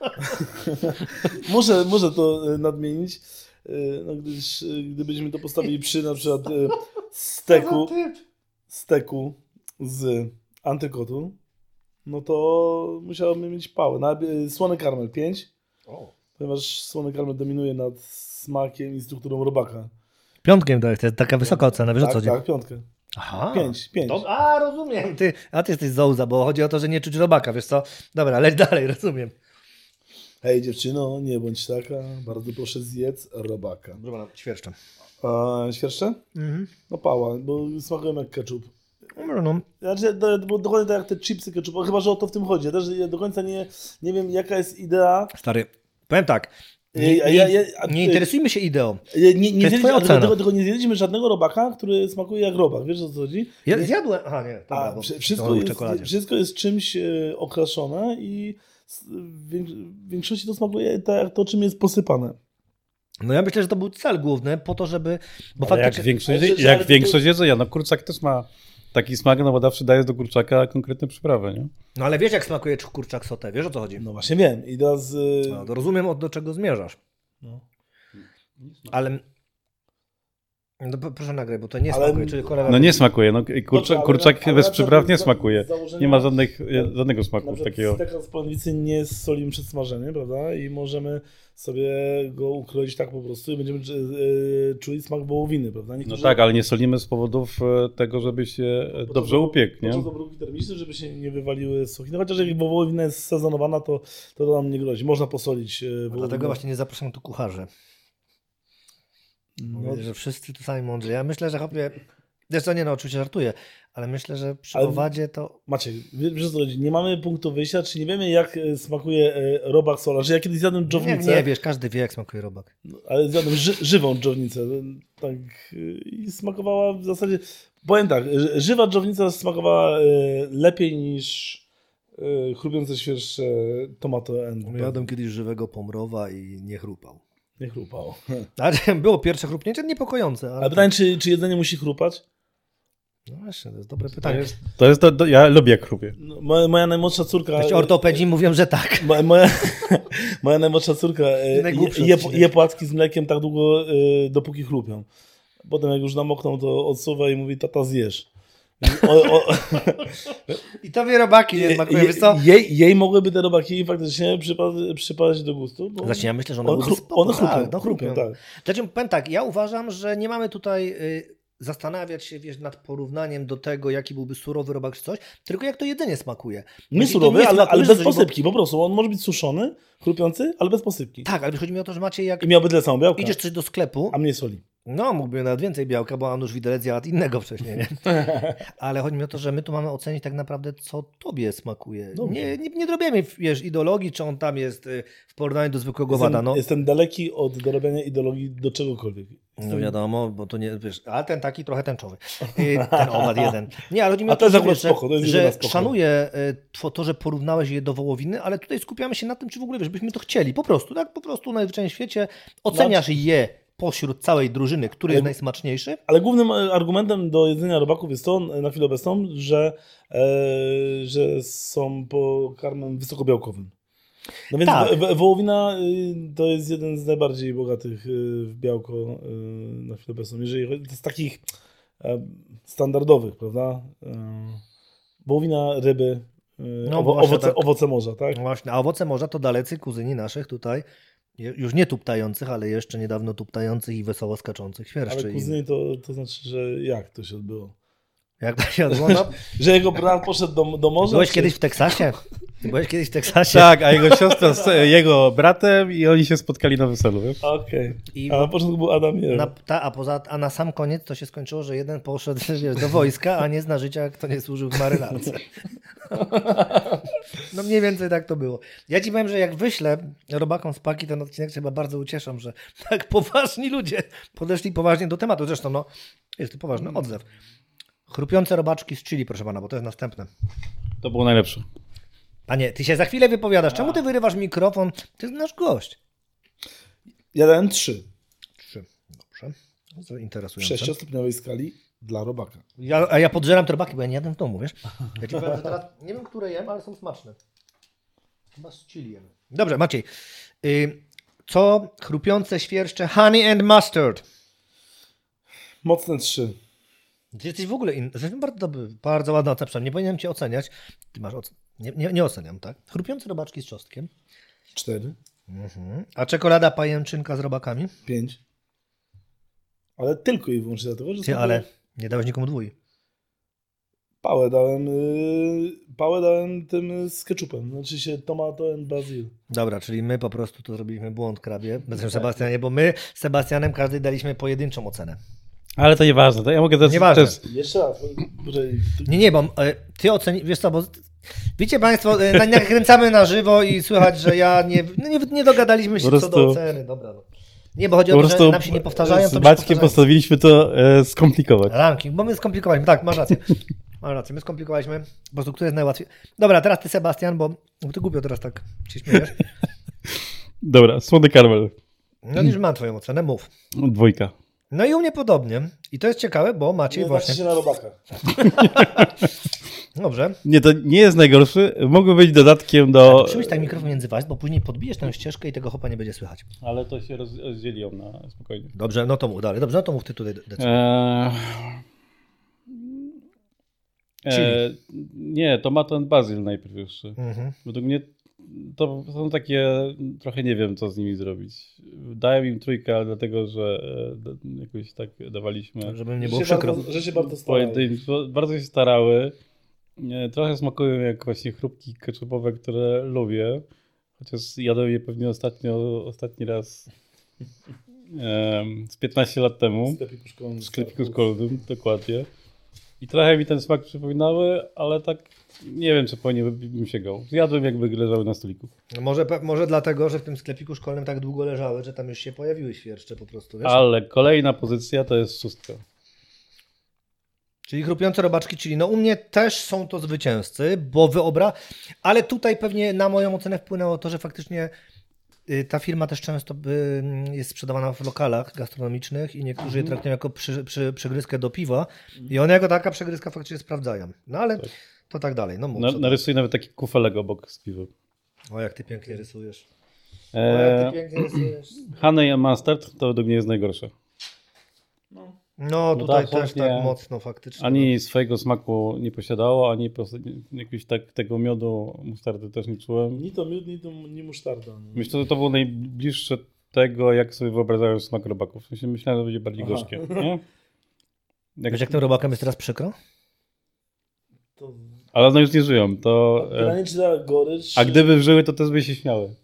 muszę, muszę to y, nadmienić, y, no, gdyż y, gdybyśmy to postawili przy na przykład y, steku, steku z antykotu, no to musiałbym mieć pałę. Na, y, słony karmel pięć, O. ponieważ słony karmel dominuje nad smakiem i strukturą robaka. Piątkiem dajesz, to jest taka wysoka ocena, wiesz o co Tak, chodzi? tak, piątkę. Aha. Pięć, pięć. Dob- A, rozumiem. Ty, a ty jesteś zołza, bo chodzi o to, że nie czuć robaka, wiesz co? Dobra, leć dalej, rozumiem. Hej dziewczyno, nie bądź taka, bardzo proszę zjedz robaka. Dobra, no, świerszczę. A świerszcze? Mhm. No pała, bo smakują jak ketchup. Dobra, no. Znaczy, do, do, dokładnie tak jak te chipsy ketchupowe, chyba że o to w tym chodzi. Ja też ja do końca nie, nie wiem jaka jest idea. Stary, powiem tak. Nie, Ja- nie, ja- ja- a nie ty- interesujmy się ideą. Nie, nie, nie jest zjedliśmy, twoja a tylko, ocena. tylko, tylko nie zjedliśmy żadnego robaka, który smakuje jak robak. Wiesz o co chodzi? Ja, Nie- zjadłem. Aha, nie. Dobra, A bo wszy- to wszystko, w jest, czekoladzie. wszystko jest czymś e, okraszone i s- w wiek- w większości to smakuje tak jak to, czym jest posypane. No ja myślę, że to był cel główny po to, żeby... Bo Ale jak faktycznie... większość, Ale że- jak ale- większość jedzenia, no kurczak też ma taki smak, no bo zawsze daje do kurczaka konkretne przyprawy, nie? No ale wiesz jak smakuje kurczak sauté, wiesz o co chodzi? No właśnie wiem. I teraz... e, No, to rozumiem od do czego zmierzasz. no. Ale... No, p- proszę nagraj, bo to nie Ale- smakuje, czyli kolega... No nie smakuje, no i Dobrze, kurczak, ale- kurczak ale bez na przypraw nie przykład smakuje. z założenia- Nie ma żadnych, na- żadnego Na smaku przykład takiego. steka z polędwicy nie z solimy przed smażeniem, prawda? I możemy sobie go ukroić tak po prostu i będziemy e, czuli smak wołowiny, prawda? No Niektórzy- tak, ale nie solimy z powodów e, tego, żeby się e, Po to dobrze są- upiekł, po nie? to są bruki termiczne, żeby się nie wywaliły soki. No chociaż jak wołowina jest sezonowana, to, to, to nam nie grozi. Można posolić e, wołowinę. Dlatego właśnie nie zapraszam tu kucharzy. No, Mówię, że wszyscy tu sami mądrzy. Ja myślę, że chłopie... Wiesz co, nie no, oczywiście żartuję, ale myślę, że przy Ale- owadzie to... Maciej, wiesz o co chodzi? Nie mamy punktu wyjścia, czy nie wiemy jak e, smakuje e, robak sola. Że ja kiedyś zjadłem Nie, dżownicę, nie wiesz, każdy wie jak smakuje robak. no, ale zjadłem ży, żywą dżownicę. Tak, e, i smakowała w zasadzie... Powiem tak, ży- żywa dżownica smakowała e, lepiej niż e, chrupiące świeższe tomato and... Jadłem kiedyś żywego pomrowa i nie chrupał. Nie chrupał. Ale było pierwsze chrupnięcie niepokojące. Ale... Ale pytanie, czy, czy jedzenie musi chrupać? No właśnie, to jest dobre To pytanie. jest, to jest to, to, ja lubię jak chrupię. No, moja, moja najmłodsza córka... Też ortopedzi mówią, że tak. Moja, moja, moja najmłodsza córka e, je, Najgłupszy je, odcinek. je płatki z mlekiem tak długo, e, dopóki chrupią. Potem jak już namokną, to odsuwa i mówi, tata zjesz. O, o, I tobie robaki nie smakują, je, wiesz co? jej, jej mogłyby te robaki faktycznie przypa, przypadać do gustu. Bo Znaczy ja myślę, że one, one, były chru, spoko, one chrupią, tak, no chrupią, chrupią. tak. Znaczy, powiem tak, ja uważam, że nie mamy tutaj y, zastanawiać się wiesz, nad porównaniem do tego, jaki byłby surowy robak czy coś, tylko jak to jedzenie smakuje. Nie Jeśli to surowy, nie ale, smakuje, ale że bez coś, bo- posypki, po prostu. On może być suszony, chrupiący, ale bez posypki. Tak, ale chodzi mi o to, że macie jak I miałby tyle samo białka, idziesz coś do sklepu, a mniej soli. no mógłby nawet więcej białka, bo Anusz Widelec jadł innego wcześniej, nie? Ale chodzi mi o to, że my tu mamy ocenić tak naprawdę, co tobie smakuje. Dobrze. Nie, nie, nie drobiemy wiesz, ideologii, czy on tam jest y, w porównaniu do zwykłego wada. Jestem, No. jestem daleki od dorobienia ideologii do czegokolwiek. No wiadomo, bo to nie, wiesz, a ten taki trochę tęczowy. Y, Ten owad jeden. Nie, ale chodzi mi A o to to, jest że, akurat wiesz, że, spoko, to jest że jedyna spoko. szanuję y, to, to, że porównałeś je do wołowiny, ale tutaj skupiamy się na tym, czy w ogóle, wiesz, byśmy to chcieli. Po prostu, tak? Po prostu najzwyczajniej w świecie oceniasz je pośród całej drużyny, który jest Ale- najsmaczniejszy. Ale głównym e, argumentem do jedzenia robaków jest to e, na chwilę obecną, że, e, że są pokarmem wysokobiałkowym. No więc Tak. wo- wo- wołowina y, to jest jeden z najbardziej bogatych y, w białko y, na chwilę obecną. Jeżeli chodzi z takich e, standardowych, prawda? E, wołowina, ryby, y, No, owo, właśnie owoce, tak. owoce morza, tak? Właśnie, a owoce morza to dalecy kuzyni naszych tutaj, je- już nie tuptających, ale jeszcze niedawno tuptających i wesoło skaczących świerszczy. Ale kuzyni to, to znaczy, że jak to się odbyło? Jak to się odbyło? No, Że jego brat poszedł do, do morza? byłeś czy- kiedyś w Teksasie? Ty byłeś kiedyś w Teksasie? Tak, a jego siostra z e, jego bratem i oni się spotkali na weselu, wiesz? Okej. I A na początku był Adam i Ewa. Na, ta, a, poza, a na sam koniec to się skończyło, że jeden poszedł wiesz, do wojska, a nie zna życia, kto nie służył w marynarce. No mniej więcej tak to było. Ja ci powiem, że jak wyślę robakom z paki ten odcinek, to chyba bardzo ucieszam, że tak poważni ludzie podeszli poważnie do tematu. Zresztą no, jest to poważny odzew. Chrupiące robaczki z chili, proszę pana, bo to jest następne. To było najlepsze. A nie, ty się za chwilę wypowiadasz. Czemu ty wyrywasz mikrofon? Ty jest nasz gość. Ja dałem trzy. Trzy. Dobrze. To W interesujące. sześciostopniowej skali dla robaka. Ja, a ja podżeram te robaki, bo ja nie jadłem w domu, wiesz? Ja ci powiem, że teraz nie wiem, które jem, ale są smaczne. Chyba z chili jem. Dobrze, Maciej. Y, co chrupiące świerszcze honey and mustard? Mocne trzy. Ty jesteś w ogóle inny. Jesteś bardzo dobry, bardzo ładna ocena. Nie powinienem cię oceniać. Ty masz oc... nie, nie, nie oceniam, tak? Chrupiące robaczki z czosnkiem. Cztery. Mhm. A czekolada pajęczynka z robakami? Pięć. Ale tylko i wyłącznie dlatego, że Ty, są ale nie dałeś nikomu dwój. pałę dałem, yy, pałę dałem tym z ketchupem. Znaczy się tomato and basil. Dobra, czyli my po prostu to zrobiliśmy błąd, krabie. Bez Sebastianie, bo my z Sebastianem każdy daliśmy pojedynczą ocenę. Ale to nieważne, to ja mogę też... Nieważne. też Jeszcze raz. Może... Nie, nie, bo e, ty oceni... Wiesz co, bo wiecie Państwo, e, na- nakręcamy na żywo i słychać, że ja nie... No nie, nie dogadaliśmy się Po co do prostu- oceny. Dobra, no. Nie, bo chodzi o po to, że prostu nam się nie powtarzają. z to my się Maćkiem powtarzają. postawiliśmy to e, skomplikować. Ranking, bo my skomplikowaliśmy. Tak, masz rację. Masz rację, my skomplikowaliśmy. Po prostu, który jest najłatwiej. Dobra, teraz ty Sebastian, bo, bo ty głupio teraz tak się śmiejesz. Dobra, słony karmel. No już mam twoją ocenę, mów. Dwójka. No i u mnie podobnie. I to jest ciekawe, bo Maciej Nie właśnie... znacie się na robakach. Dobrze. Nie, to nie jest najgorszy. Mógłby być dodatkiem do... Przyjmij tak mikrofon między was, bo później podbijesz tę ścieżkę i tego chopa nie będzie słychać. Ale to się roz- rozdzielią na spokojnie. Dobrze, no to mów dalej. Dobrze, no to mów ty tutaj. decyduj. Eee... Eee, nie, tomato and basil najpierw jeszcze. Mhm. Według mnie to są takie, trochę nie wiem co z nimi zrobić. Dałem im trójkę, ale dlatego, że e, d- jakoś tak dawaliśmy Żeby nie Że było się przykro. bardzo, że się bardzo starają. pojedynczo. Bardzo się starały. E, Trochę smakują jak właśnie chrupki ketchupowe, które lubię. Chociaż jadłem je pewnie ostatnio, ostatni raz em, z piętnaście lat temu. W sklepiku szkolnym. W sklepiku szkolnym, dokładnie. I trochę mi ten smak przypominały, ale tak nie wiem, czy po nie bym sięgał. Zjadłem jakby leżały na stoliku. Może, pe- może dlatego, że w tym sklepiku szkolnym tak długo leżały, że tam już się pojawiły świerszcze po prostu, wiesz? Ale kolejna pozycja to jest szóstka. Czyli chrupiące robaczki, czyli no u mnie też są to zwycięzcy, bo wyobra, ale tutaj pewnie na moją ocenę wpłynęło to, że faktycznie y, ta firma też często y, jest sprzedawana w lokalach gastronomicznych i niektórzy je traktują jako przy, przy, przegryzkę do piwa i one jako taka przegryzka faktycznie sprawdzają. No ale Tak. to tak dalej. No mów, Na, co narysuję nawet taki kufelek obok z piwem. tam. O jak ty pięknie rysujesz. O jak ty Eee, pięknie rysujesz. honey and mustard to według mnie jest najgorsze. No tutaj tak, też chłopnie. tak mocno faktycznie. Ani swojego smaku nie posiadało, ani po prostu jakiegoś tak, tego miodu, mustardy też nie czułem. Ni to miód, ni to ni musztarda. Nie? Myślę, że to było najbliższe tego, jak sobie wyobrażałem smak robaków. W sensie myślałem, że będzie bardziej Aha. gorzkie. Nie? Jak, Wiesz jak tym robakiem jest teraz przykro? To... ale one już nie żyją. To, e, Graniczna gorycz. a gdyby żyły, to też by się śmiały.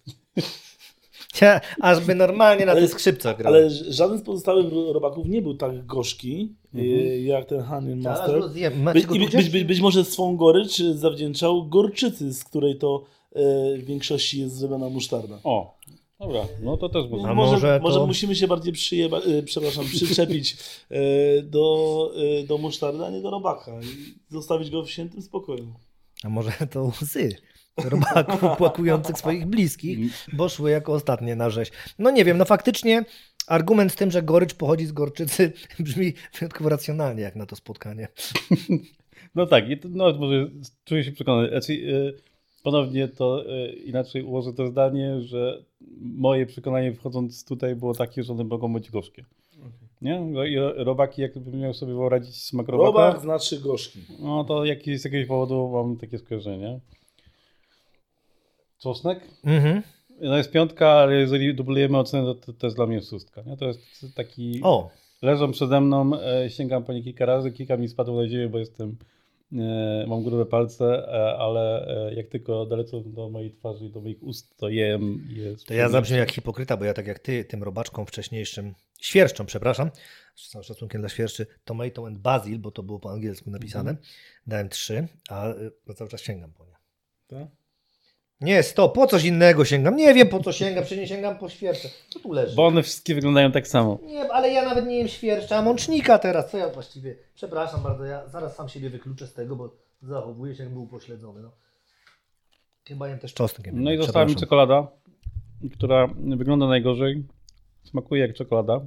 Ja, aż by normalnie na Ale- tych skrzypcach grał. Ale ż- żaden z pozostałych ro- robaków nie był tak gorzki, Mhm. y, jak ten Honey and Zaraz Mustard. go zjem. By, Macie go i tu być, gdzieś? być, być może swą gorycz zawdzięczał gorczycy, z której to e, w większości jest zrobiona musztarda. O, dobra, no to też Więc może. A może, może może to- musimy się bardziej przyjeba, e, przepraszam, przyczepić e, do, e, do musztardy, a nie do robaka i zostawić go w świętym spokoju. A może to łzy robaków płakujących swoich bliskich, bo szły jako ostatnie na rzeź. No nie wiem, no faktycznie argument z tym, że gorycz pochodzi z gorczycy brzmi wyjątkowo racjonalnie jak na to spotkanie. No tak, i to, no, może czuję się przekonany. Znaczy, y, ponownie to y, inaczej ułożę to zdanie, że moje przekonanie wchodząc tutaj było takie, że one mogą być gorzkie. Nie? No i ro- robaki, jakbym miał sobie wyobrazić smak robaka, Robak znaczy gorzki. no to jakiś, z jakiegoś powodu mam takie skojarzenie. Czosnek? Mhm. No jest piątka, ale jeżeli dublujemy ocenę, to, to jest dla mnie szóstka. Nie? To jest taki... O, Leżą przede mną, e, sięgam po nie kilka razy, kilka mi spadło na ziemię, bo jestem, e, mam grube palce, e, ale e, jak tylko dolecą do mojej twarzy i do moich ust, to jem i jest... to ja zabrzmię jak hipokryta, bo ja tak jak ty, tym robaczkom wcześniejszym, świerszczą, przepraszam, z całym szacunkiem dla świerszczy, tomato and basil, bo to było po angielsku napisane, dałem trzy, a y, ja cały czas sięgam po nie. Tak? Nie, stop, po coś innego sięgam. Nie wiem po co sięgam, przecież nie sięgam po świerszcze. Co tu leży? Bo one wszystkie wyglądają tak samo. Nie, ale ja nawet nie jem świerszcza, a mącznika teraz. Co ja właściwie? Przepraszam bardzo, ja zaraz sam siebie wykluczę z tego, bo zachowuję się jakby upośledzony. No. Chyba jem też czosnkiem. No i została mi czekolada, która wygląda najgorzej, smakuje jak czekolada.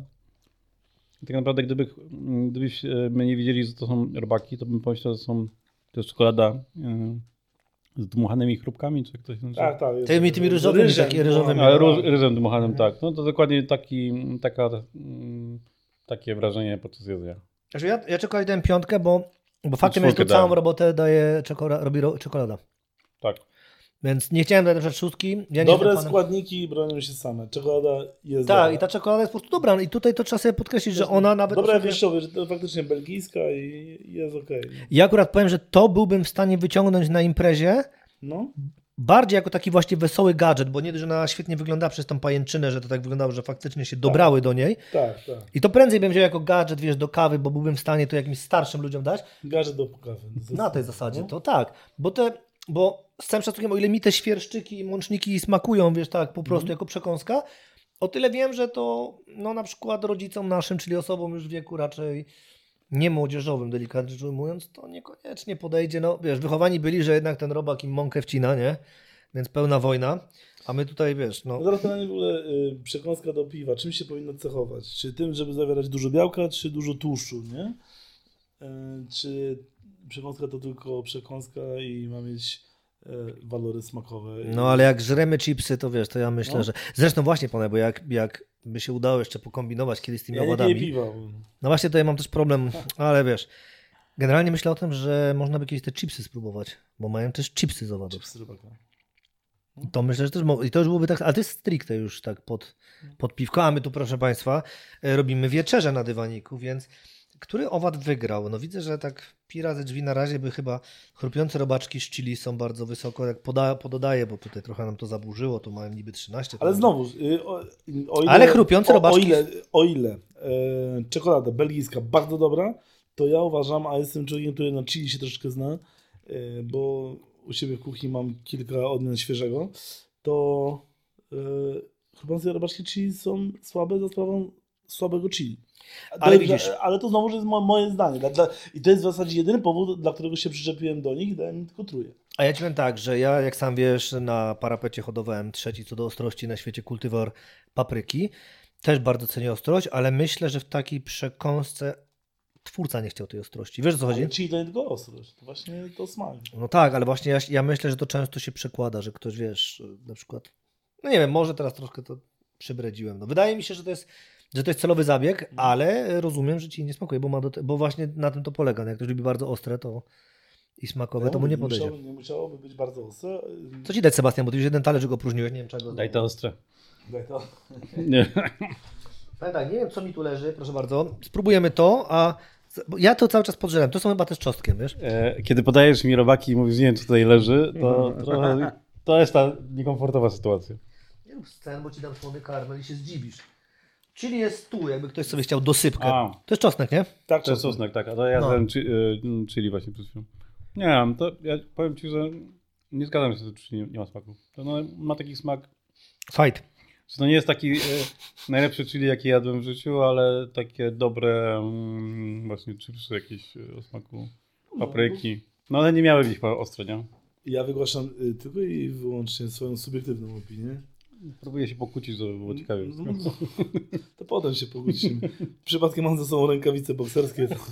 I tak naprawdę gdyby, gdybyśmy nie wiedzieli, że to są robaki, to bym pomyślał, że są, to jest czekolada yy, z dmuchanymi chrupkami, czy jak to się nazywa? Tak, tak. Tymi, tymi ryżowymi, ryżem, takie ryżowymi. Ale róż, ryżem dmuchanym, tak. No to dokładnie taki, taka, mm, takie wrażenie podczas jedzenia. Znaczy ja, ja czekoladę dałem piątkę, bo, bo faktem czwórkę jest, że tu całą dałem. robotę daje czekolada, robi ro, czekolada. Tak. Więc nie chciałem dać na przykład szóstki. Ja nie Dobre jestem panem... składniki bronią się same. Czekolada jest Tak, dobra. i ta czekolada jest po prostu dobra. I tutaj to trzeba sobie podkreślić, że ona nawet... Dobra sobie... jakościowo, że to faktycznie belgijska i jest okej. Okay. Ja akurat powiem, że to byłbym w stanie wyciągnąć na imprezie No. bardziej jako taki właśnie wesoły gadżet, bo nie dość, że ona świetnie wygląda przez tą pajęczynę, że to tak wyglądało, że faktycznie się dobrały tak. do niej. Tak, tak. I to prędzej bym wziął jako gadżet, wiesz, do kawy, bo byłbym w stanie to jakimś starszym ludziom dać. Gadżet do kawy. Na tej zasadzie, no. to tak. Bo te, bo z całym szacunkiem, o ile mi te świerszczyki i mączniki smakują, wiesz, tak, po prostu Mhm. jako przekąska, o tyle wiem, że to, no na przykład rodzicom naszym, czyli osobom już w wieku raczej nie młodzieżowym, delikatnie rzecz ujmując, to niekoniecznie podejdzie. No wiesz, wychowani byli, że jednak ten robak im mąkę wcina, nie? Więc pełna wojna. A my tutaj, wiesz, no... No teraz pytanie w ogóle, y, przekąska do piwa, czym się powinno cechować? Czy tym, żeby zawierać dużo białka, czy dużo tłuszczu, nie? Y, czy przekąska to tylko przekąska i ma mieć y, walory smakowe? No ale jak żremy chipsy, to wiesz, to ja myślę, No. że... Zresztą właśnie, panie, bo jak, jak by się udało jeszcze pokombinować kiedyś z tymi Ja nie owadami... piję piwa. Bo... No właśnie tutaj mam też problem, ale wiesz, generalnie myślę o tym, że można by kiedyś te chipsy spróbować, bo mają też chipsy z owadów. Chipsy rybaka. To myślę, że też mo- i to już byłoby tak, ale to jest stricte już tak pod, pod piwko, a my tu proszę Państwa e, robimy wieczerze na dywaniku, więc który owad wygrał? No widzę, że tak pira ze drzwi na razie by chyba chrupiące robaczki z chili są bardzo wysoko, jak poda- pododaję, bo tutaj trochę nam to zaburzyło, tu mają niby trzynaście. Ale znowu, y, o, o ile, Ale chrupiące o, robaczki- O ile, o ile e, czekolada belgijska bardzo dobra, to ja uważam, a jestem człowiekiem, który na chili się troszeczkę zna, e, bo u siebie w kuchni mam kilka odmian świeżego, to e, chrupiące robaczki chili są słabe za sprawą słabego chili. Ale To- widzisz- ale to znowu jest mo- moje zdanie. Dla, dla, I to jest w zasadzie jedyny powód, dla którego się przyczepiłem do nich i dałem im tylko truje. A ja ci powiem tak, że ja, jak sam wiesz, na parapecie hodowałem trzeci co do ostrości na świecie kultywar papryki. Też bardzo cenię ostrość, ale myślę, że w takiej przekąsce twórca nie chciał tej ostrości. Wiesz, o co chodzi? Ale chili to nie tylko ostrość, to właśnie to smak. No tak, ale właśnie ja, ja myślę, że to często się przekłada, że ktoś, wiesz, na przykład, no nie wiem, może teraz troszkę to przybredziłem. No, wydaje mi się, że to jest, że to jest celowy zabieg, ale rozumiem, że ci nie smakuje, bo, ma do te, bo właśnie na tym to polega. No, jak ktoś lubi bardzo ostre to i smakowe, to mu nie podejdzie. Musiało, nie musiałoby być bardzo ostre. Co ci dać, Sebastian, bo ty już jeden talerz go opróżniłeś, nie wiem czego. Daj to ostre. Daj to. Nie. Ale tak, nie wiem co mi tu leży, proszę bardzo. Spróbujemy to, a bo ja to cały czas podżeram. To są chyba też czosnkiem, wiesz? E, Kiedy podajesz mi robaki i mówisz, nie wiem, co tutaj leży, to, trochę, to jest ta niekomfortowa sytuacja. Nie rób scen, bo ci dam słony karmel i się zdziwisz. Czyli jest tu, jakby ktoś sobie chciał dosypkę. A. To jest czosnek, nie? Tak, To jest sosnek, tak. A to ja No. dałem chi, y, chili właśnie przed chwilą. Nie wiem, to ja powiem ci, że nie zgadzam się, że to chili nie, nie ma smaku. To no, ma taki smak, Fight. że to nie jest taki y, najlepszy chili, jaki jadłem w życiu, ale takie dobre mm, właśnie chipsy jakieś y, o smaku papryki. No ale nie miały być chyba ostre, nie? Ja wygłaszam y, tylko i wyłącznie swoją subiektywną opinię. Próbuję się pokłócić, żeby było ciekawie. No, no, to potem się pokłócimy. Przypadkiem mam ze sobą rękawice bokserskie. To...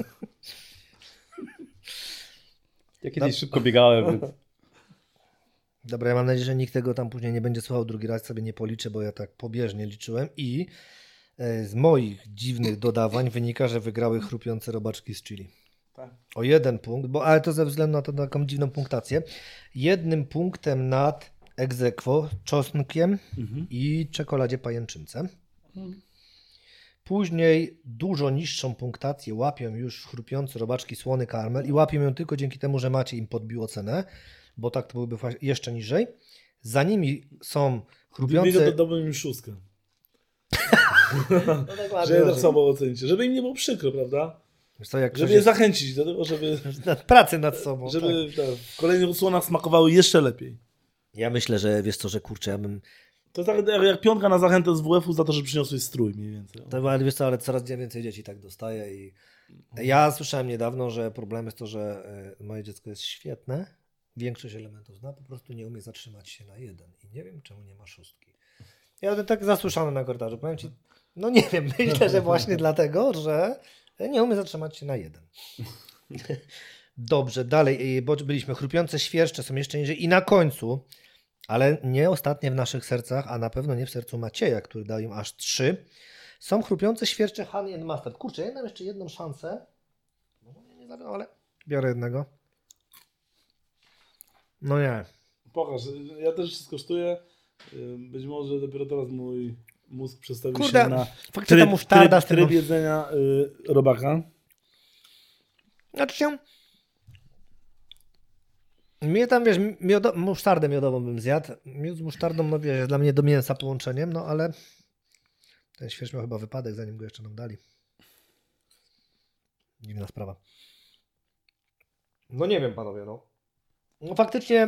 Ja kiedyś szybko biegałem, więc... Dobra, ja mam nadzieję, że nikt tego tam później nie będzie słuchał, drugi raz sobie nie policzę, bo ja tak pobieżnie liczyłem i e, z moich dziwnych dodawań wynika, że wygrały chrupiące robaczki z chili. Tak. O jeden punkt, bo, ale to ze względu na tę taką dziwną punktację. Jednym punktem nad ex aequo, czosnkiem Mhm. i czekoladzie pajęczynce. Później dużo niższą punktację łapią już chrupiące robaczki słony karmel i łapią ją tylko dzięki temu, że Maciej im podbił ocenę, bo tak to byłyby jeszcze niżej. Za nimi są chrupiące... Gdyby to dałbym im szóstkę. No tak Że je tak samo ocenicie. Żeby im nie było przykro, prawda? Wiesz co, jak Żeby ktoś je jest... zachęcić do tego, żeby, nad pracy nad sobą. żeby tak. tak, w kolejnych odsłonach smakowały jeszcze lepiej. Ja myślę, że wiesz co, że kurczę, ja bym... To tak jak, jak piątka na zachętę z W F-u za to, że przyniosłeś strój mniej więcej. To, ale wiesz co, ale coraz więcej dzieci tak dostaje i ja słyszałem niedawno, że problem jest to, że e, moje dziecko jest świetne, większość elementów zna, po prostu nie umie zatrzymać się na jeden. I nie wiem, czemu nie ma szóstki. Ja to tak zasłyszałem na korytarzu. Powiem ci, no nie wiem, myślę, że właśnie dlatego, że nie umie zatrzymać się na jeden. Dobrze, dalej, bo byliśmy chrupiące świerszcze, są jeszcze niżej i na końcu, ale nie ostatnie w naszych sercach, a na pewno nie w sercu Macieja, który dał im aż trzy, są chrupiące świerszcze Honey and Mustard. Kurczę, ja dam jeszcze jedną szansę, no nie zawiodłem, ale biorę jednego. No nie. Pokaż, ja też skosztuję. Być może dopiero teraz mój mózg przestawił Kurde, się na faktycznie ta tryb, musztarda tryb, z tym... tryb jedzenia y, robaka. Znaczy się... Mnie tam, wiesz, miodo... musztardę miodową bym zjadł. Miód z musztardą, no wiesz, dla mnie do mięsa połączeniem, no ale ten śwież miał chyba wypadek, zanim go jeszcze nam dali. Dziwna sprawa. No nie wiem, panowie, no. No faktycznie,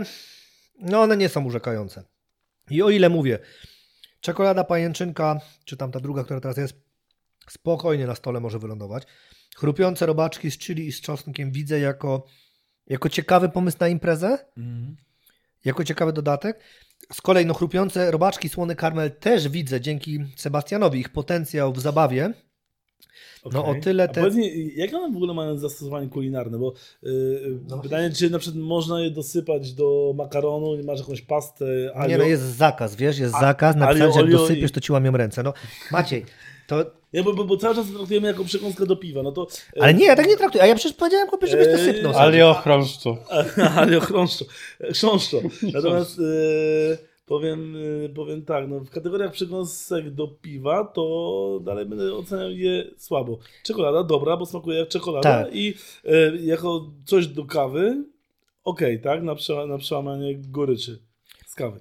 no one nie są urzekające. I o ile mówię, czekolada pajęczynka, czy tam ta druga, która teraz jest, spokojnie na stole może wylądować. Chrupiące robaczki z chili i z czosnkiem widzę jako, jako ciekawy pomysł na imprezę, mm. jako ciekawy dodatek. Z kolei no, chrupiące robaczki, słony karmel też widzę dzięki Sebastianowi, ich potencjał w zabawie. Okay. No o tyle te... te... powiedz mi, jak one w ogóle mają zastosowanie kulinarne? Bo yy, no pytanie, czy na przykład można je dosypać do makaronu, nie masz jakąś pastę, alio... Nie, no jest zakaz, wiesz, jest A, zakaz, napisać, że jak dosypiesz, to ci łamią ręce. No Maciej, to... Nie, bo, bo, bo cały czas traktujemy jako przekąskę do piwa, no to... Ale nie, ja tak nie traktuję, a ja przecież powiedziałem, chłopie, żebyś to sypnął. Alio chrząszczo. Alio chrząszczo. Chrząszczo. Natomiast... Yy... Powiem, powiem tak, no w kategoriach przekąsek do piwa to dalej będę oceniał je słabo. Czekolada dobra, bo smakuje jak czekolada tak. i e, jako coś do kawy okej, okay, tak, na, prze, na przełamanie goryczy z kawy.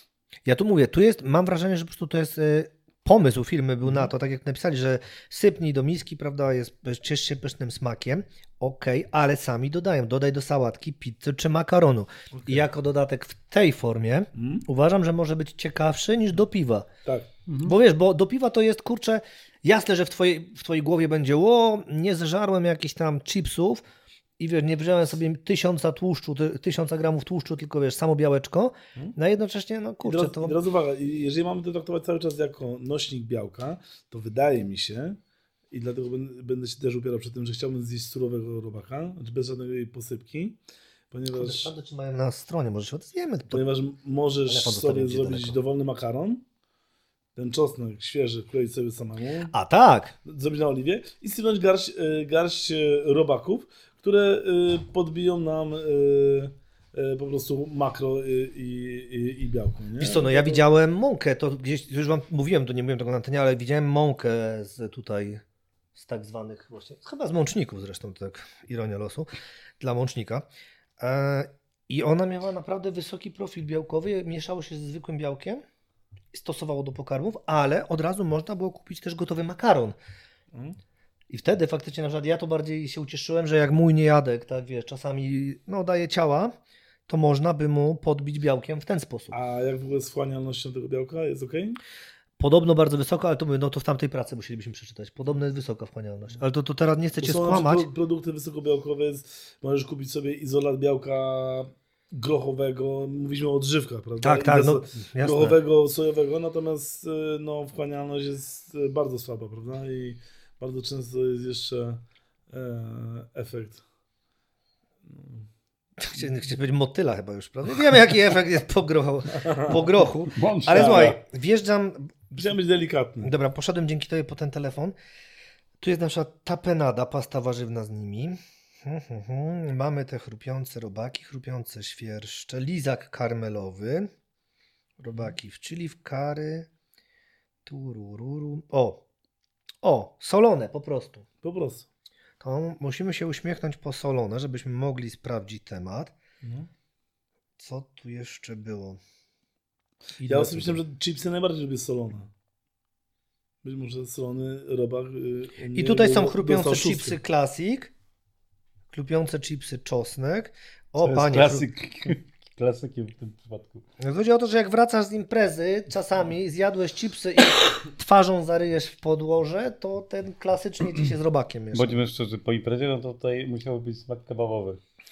Ja tu mówię, tu jest, mam wrażenie, że po prostu to jest y, pomysł filmu był na to, tak jak napisali, że sypnij do miski, prawda, jest, ciesz się pysznym smakiem, okej, okay, ale sami dodają, dodaj do sałatki, pizzy czy makaronu. Okay. I jako dodatek w tej formie mm. uważam, że może być ciekawszy niż do piwa. Tak. Mhm. Bo wiesz, bo do piwa to jest, kurczę, jasne, że w twojej, w twojej głowie będzie, o, nie zżarłem jakichś tam chipsów i wiesz, nie wziąłem sobie tysiąca tłuszczu, ty, tysiąca gramów tłuszczu, tylko wiesz, samo białeczko, hmm. no jednocześnie, no kurczę, teraz, to... Teraz uwaga, jeżeli mamy to traktować cały czas jako nośnik białka, to wydaje mi się, i dlatego będę, będę się też upierał przy tym, że chciałbym zjeść surowego robaka, znaczy bez żadnej jej posypki, ponieważ... Kurde, czy mają na stronie, może się odezwiemy. Ponieważ możesz sobie zrobić daleko. dowolny makaron, ten czosnek świeży wkroić sobie samemu. A tak! Zrobić na oliwie i sypnąć garść, garść robaków, które podbiją nam po prostu makro i, i, i białko. Nie? Wiesz co, no ja widziałem mąkę, to gdzieś, już wam mówiłem, to nie mówiłem tego na antenie, ale widziałem mąkę z tutaj, z tak zwanych właśnie, chyba z mączników zresztą, tak ironia losu, dla mącznika. E, I ona miała naprawdę wysoki profil białkowy, mieszało się ze zwykłym białkiem, stosowało do pokarmów, ale od razu można było kupić też gotowy makaron. Mm. I wtedy faktycznie na przykład ja to bardziej się ucieszyłem, że jak mój niejadek, tak wiesz, czasami no, daje ciała, to można by mu podbić białkiem w ten sposób. A jak w ogóle z wchłanialnością tego białka? Jest ok? Podobno bardzo wysoka, ale to, no, to w tamtej pracy musielibyśmy przeczytać. Podobno jest wysoka wchłanialność. Ale to, to teraz nie chcę cię skłamać. Pro, produkty wysokobiałkowe, możesz kupić sobie izolat białka grochowego, mówiliśmy o odżywkach, prawda? Tak, tak, no, grochowego, sojowego, natomiast no, wchłanialność jest bardzo słaba, prawda? I bardzo często jest jeszcze e, efekt. Chciałem powiedzieć motyla chyba już, prawda? Wiemy, jaki efekt jest po grochu. Po grochu. Ale słuchaj, wjeżdżam... Chciałem być delikatny. Dobra, poszedłem dzięki tobie po ten telefon. Tu jest na przykład tapenada, pasta warzywna z nimi. Hmm, hmm, hmm. Mamy te chrupiące robaki, chrupiące świerszcze, lizak karmelowy, robaki w chili, w kary, turururu. O, o, solone po prostu. Po prostu. To musimy się uśmiechnąć po solone, żebyśmy mogli sprawdzić temat. Mhm. Co tu jeszcze było? I ja osobiście myślałem, że chipsy najbardziej lubię solone. Być może solony robak. Yy, I tutaj są chrupiące chipsy Classic, chrupiące chipsy czosnek. O, to panie. Klasyk. Klasykiem w tym przypadku. Chodzi o to, że jak wracasz z imprezy, czasami zjadłeś chipsy i twarzą zaryjesz w podłoże, to ten klasycznie ci się z robakiem miesza. Bądźmy szczerzy, po imprezie no to tutaj musiał być smak kebabowy.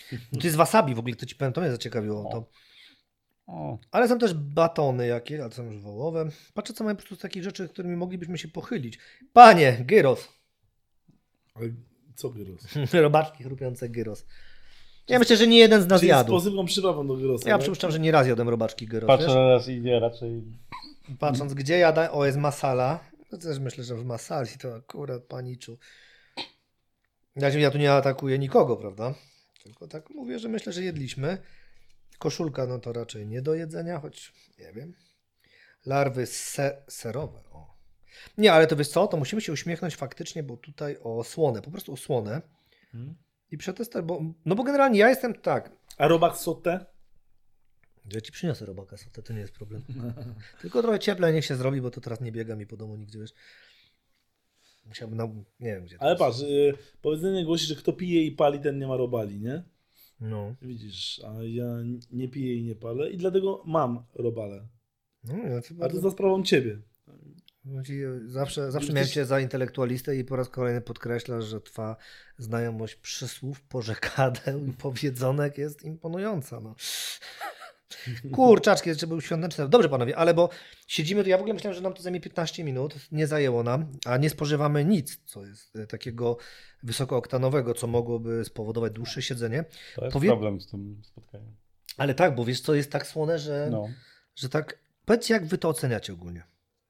To jest wasabi w ogóle, to ci powiem, to mnie zaciekawiło. To. O. Ale są też batony jakieś, ale to są już wołowe. Patrzę, co mają po prostu z takich rzeczy, którymi moglibyśmy się pochylić. Panie, gyros. Ale co gyros? Robaczki chrupiące gyros. Ja myślę, że nie jeden z nas Czyli z jadł. posypką przyprawą do gyrosa. Ja tak? przypuszczam, że nie raz jadłem robaczki gyros. Patrzę wiesz? raz i nie, raczej... Patrząc, gdzie jada, o, jest masala. To też myślę, że w masali to akurat paniczu. Znaczy, ja tu nie atakuję nikogo, prawda? Tylko tak mówię, że myślę, że jedliśmy. Koszulka, no to raczej nie do jedzenia, choć nie wiem. Larwy se serowe, o. Nie, ale to wiesz co, to musimy się uśmiechnąć faktycznie, bo tutaj o słone, po prostu o słone. Hmm. I przetestować, bo, no bo generalnie ja jestem tak. A robak sauté? Ja ci przyniosę robaka sotę, to nie jest problem. Tylko trochę cieplej niech się zrobi, bo to teraz nie biega mi po domu nigdzie, wiesz. Musiałbym, na, nie wiem gdzie to Ale jest. patrz, y, powiedzenie głosi, że kto pije i pali, ten nie ma robali, nie? No. Widzisz, a ja nie piję i nie palę i dlatego mam robale. No, ja to A to bardzo... za sprawą ciebie. Ci Zawsze, zawsze Już miałem też- cię za intelektualistę i po raz kolejny podkreślasz, że twa znajomość przysłów, porzekadeł i powiedzonek jest imponująca. No. Kurczaczki, jeszcze był świąteczny. Dobrze panowie, ale bo siedzimy tu, ja w ogóle myślałem, że nam to zajmie piętnaście minut, nie zajęło nam, a nie spożywamy nic, co jest e, takiego wysokooktanowego, co mogłoby spowodować dłuższe siedzenie. To jest Powie- problem z tym spotkaniem. Ale tak, bo wiesz co, jest tak słone, że, No. że tak, powiedzcie jak wy to oceniacie ogólnie.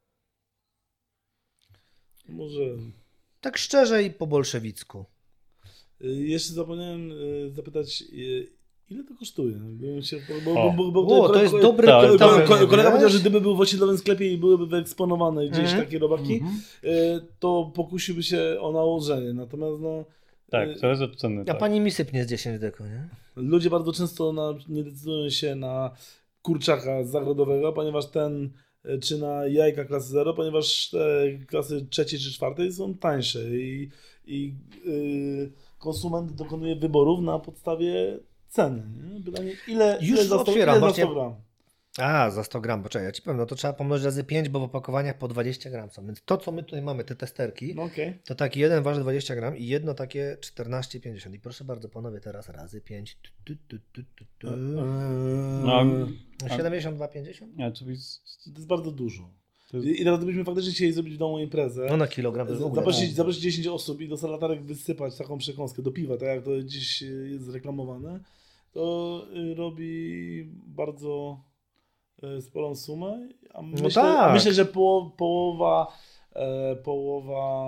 Może... Tak szczerze i po bolszewicku. Y, Jeszcze zapomniałem y, zapytać, y, ile to kosztuje? Bym się, bo, bo, O. bo, bo, O, bo to jest ko- dobry tak, ko- pytanie, ko- ko- Kolega wiesz? powiedział, że gdyby był w osiedlowym sklepie i byłyby wyeksponowane gdzieś Mhm. takie robaki, Mhm. y, to pokusiłby się o nałożenie. Natomiast no, Tak, y, zależy od ceny. A Tak. pani mi sypnie z dziesięć deko, nie? ludzie bardzo często na, nie decydują się na kurczaka zagrodowego, ponieważ ten y, czy na jajka klasy zero, ponieważ te klasy trzeciej czy czwartej są tańsze i, i y, konsument dokonuje wyborów na podstawie ceny. Nie? Pytanie, ile, Już ile za sto, otwieram, ile za właśnie- sto gram? A, za sto gram, poczekaj, ja ci powiem, no to trzeba pomnożyć razy pięć, bo w opakowaniach po dwadzieścia gram są. Więc to, co my tutaj mamy, te testerki, No okej. to taki jeden waży dwadzieścia gram i jedno takie czternaście pięćdziesiąt. I proszę bardzo, panowie, teraz razy pięć. Tu, tu, tu, tu, tu. No, siedemdziesiąt dwa pięćdziesiąt? nie, to jest, To jest bardzo dużo. to jest, I i teraz gdybyśmy faktycznie chcieli zrobić w domu imprezę, No na kilogram to jest w ogóle. zaprosić, zaprosić dziesięć osób i do salatarek wysypać taką przekąskę do piwa, tak jak to dziś y, jest reklamowane, to y, robi bardzo y, sporą sumę, a myślę, tak. a myślę że po, połowa e, połowa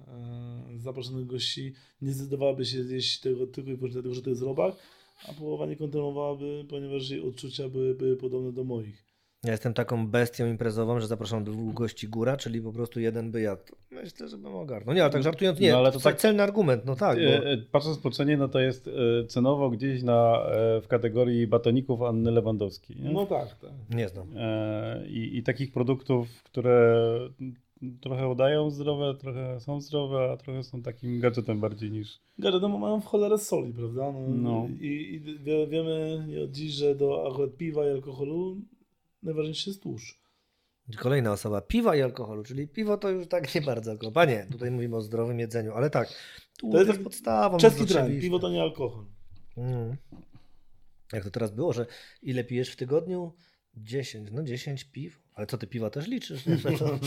e, zaproszonych gości nie zdecydowałaby się zjeść tego tylko i wyłącznie dlatego, że to jest robak, a połowa nie kontynuowałaby, ponieważ jej odczucia były, były podobne do moich. Ja jestem taką bestią imprezową, że zapraszam dwóch gości góra, czyli po prostu jeden by jadł. Myślę, że bym ogarnął. Nie, ale tak żartując, nie, No, ale to to tak tak- celny argument, no tak. Bo... e, e, patrząc po cenie, no to jest e, cenowo gdzieś na, e, w kategorii batoników Anny Lewandowskiej. Nie? No tak, tak. Nie znam. E, i, I takich produktów, które trochę udają zdrowe, trochę są zdrowe, a trochę są takim gadżetem bardziej niż... Garedemu mają w cholerę soli, prawda? No, No. I, i wie, wiemy nie od dziś, że do akurat piwa i alkoholu najważniejszy jest tłuszcz. Kolejna osoba. Piwa i alkoholu, czyli piwo to już tak nie bardzo alkohol. Panie, tutaj mówimy o zdrowym jedzeniu, ale tak. Tu To jest jest taki podstawą. Czeski jest trend, oczywiste. piwo to nie alkohol. Mm. Jak to teraz było, że ile pijesz w tygodniu? dziesięć. No dziesięć piw. Ale co, ty piwa też liczysz? Nie,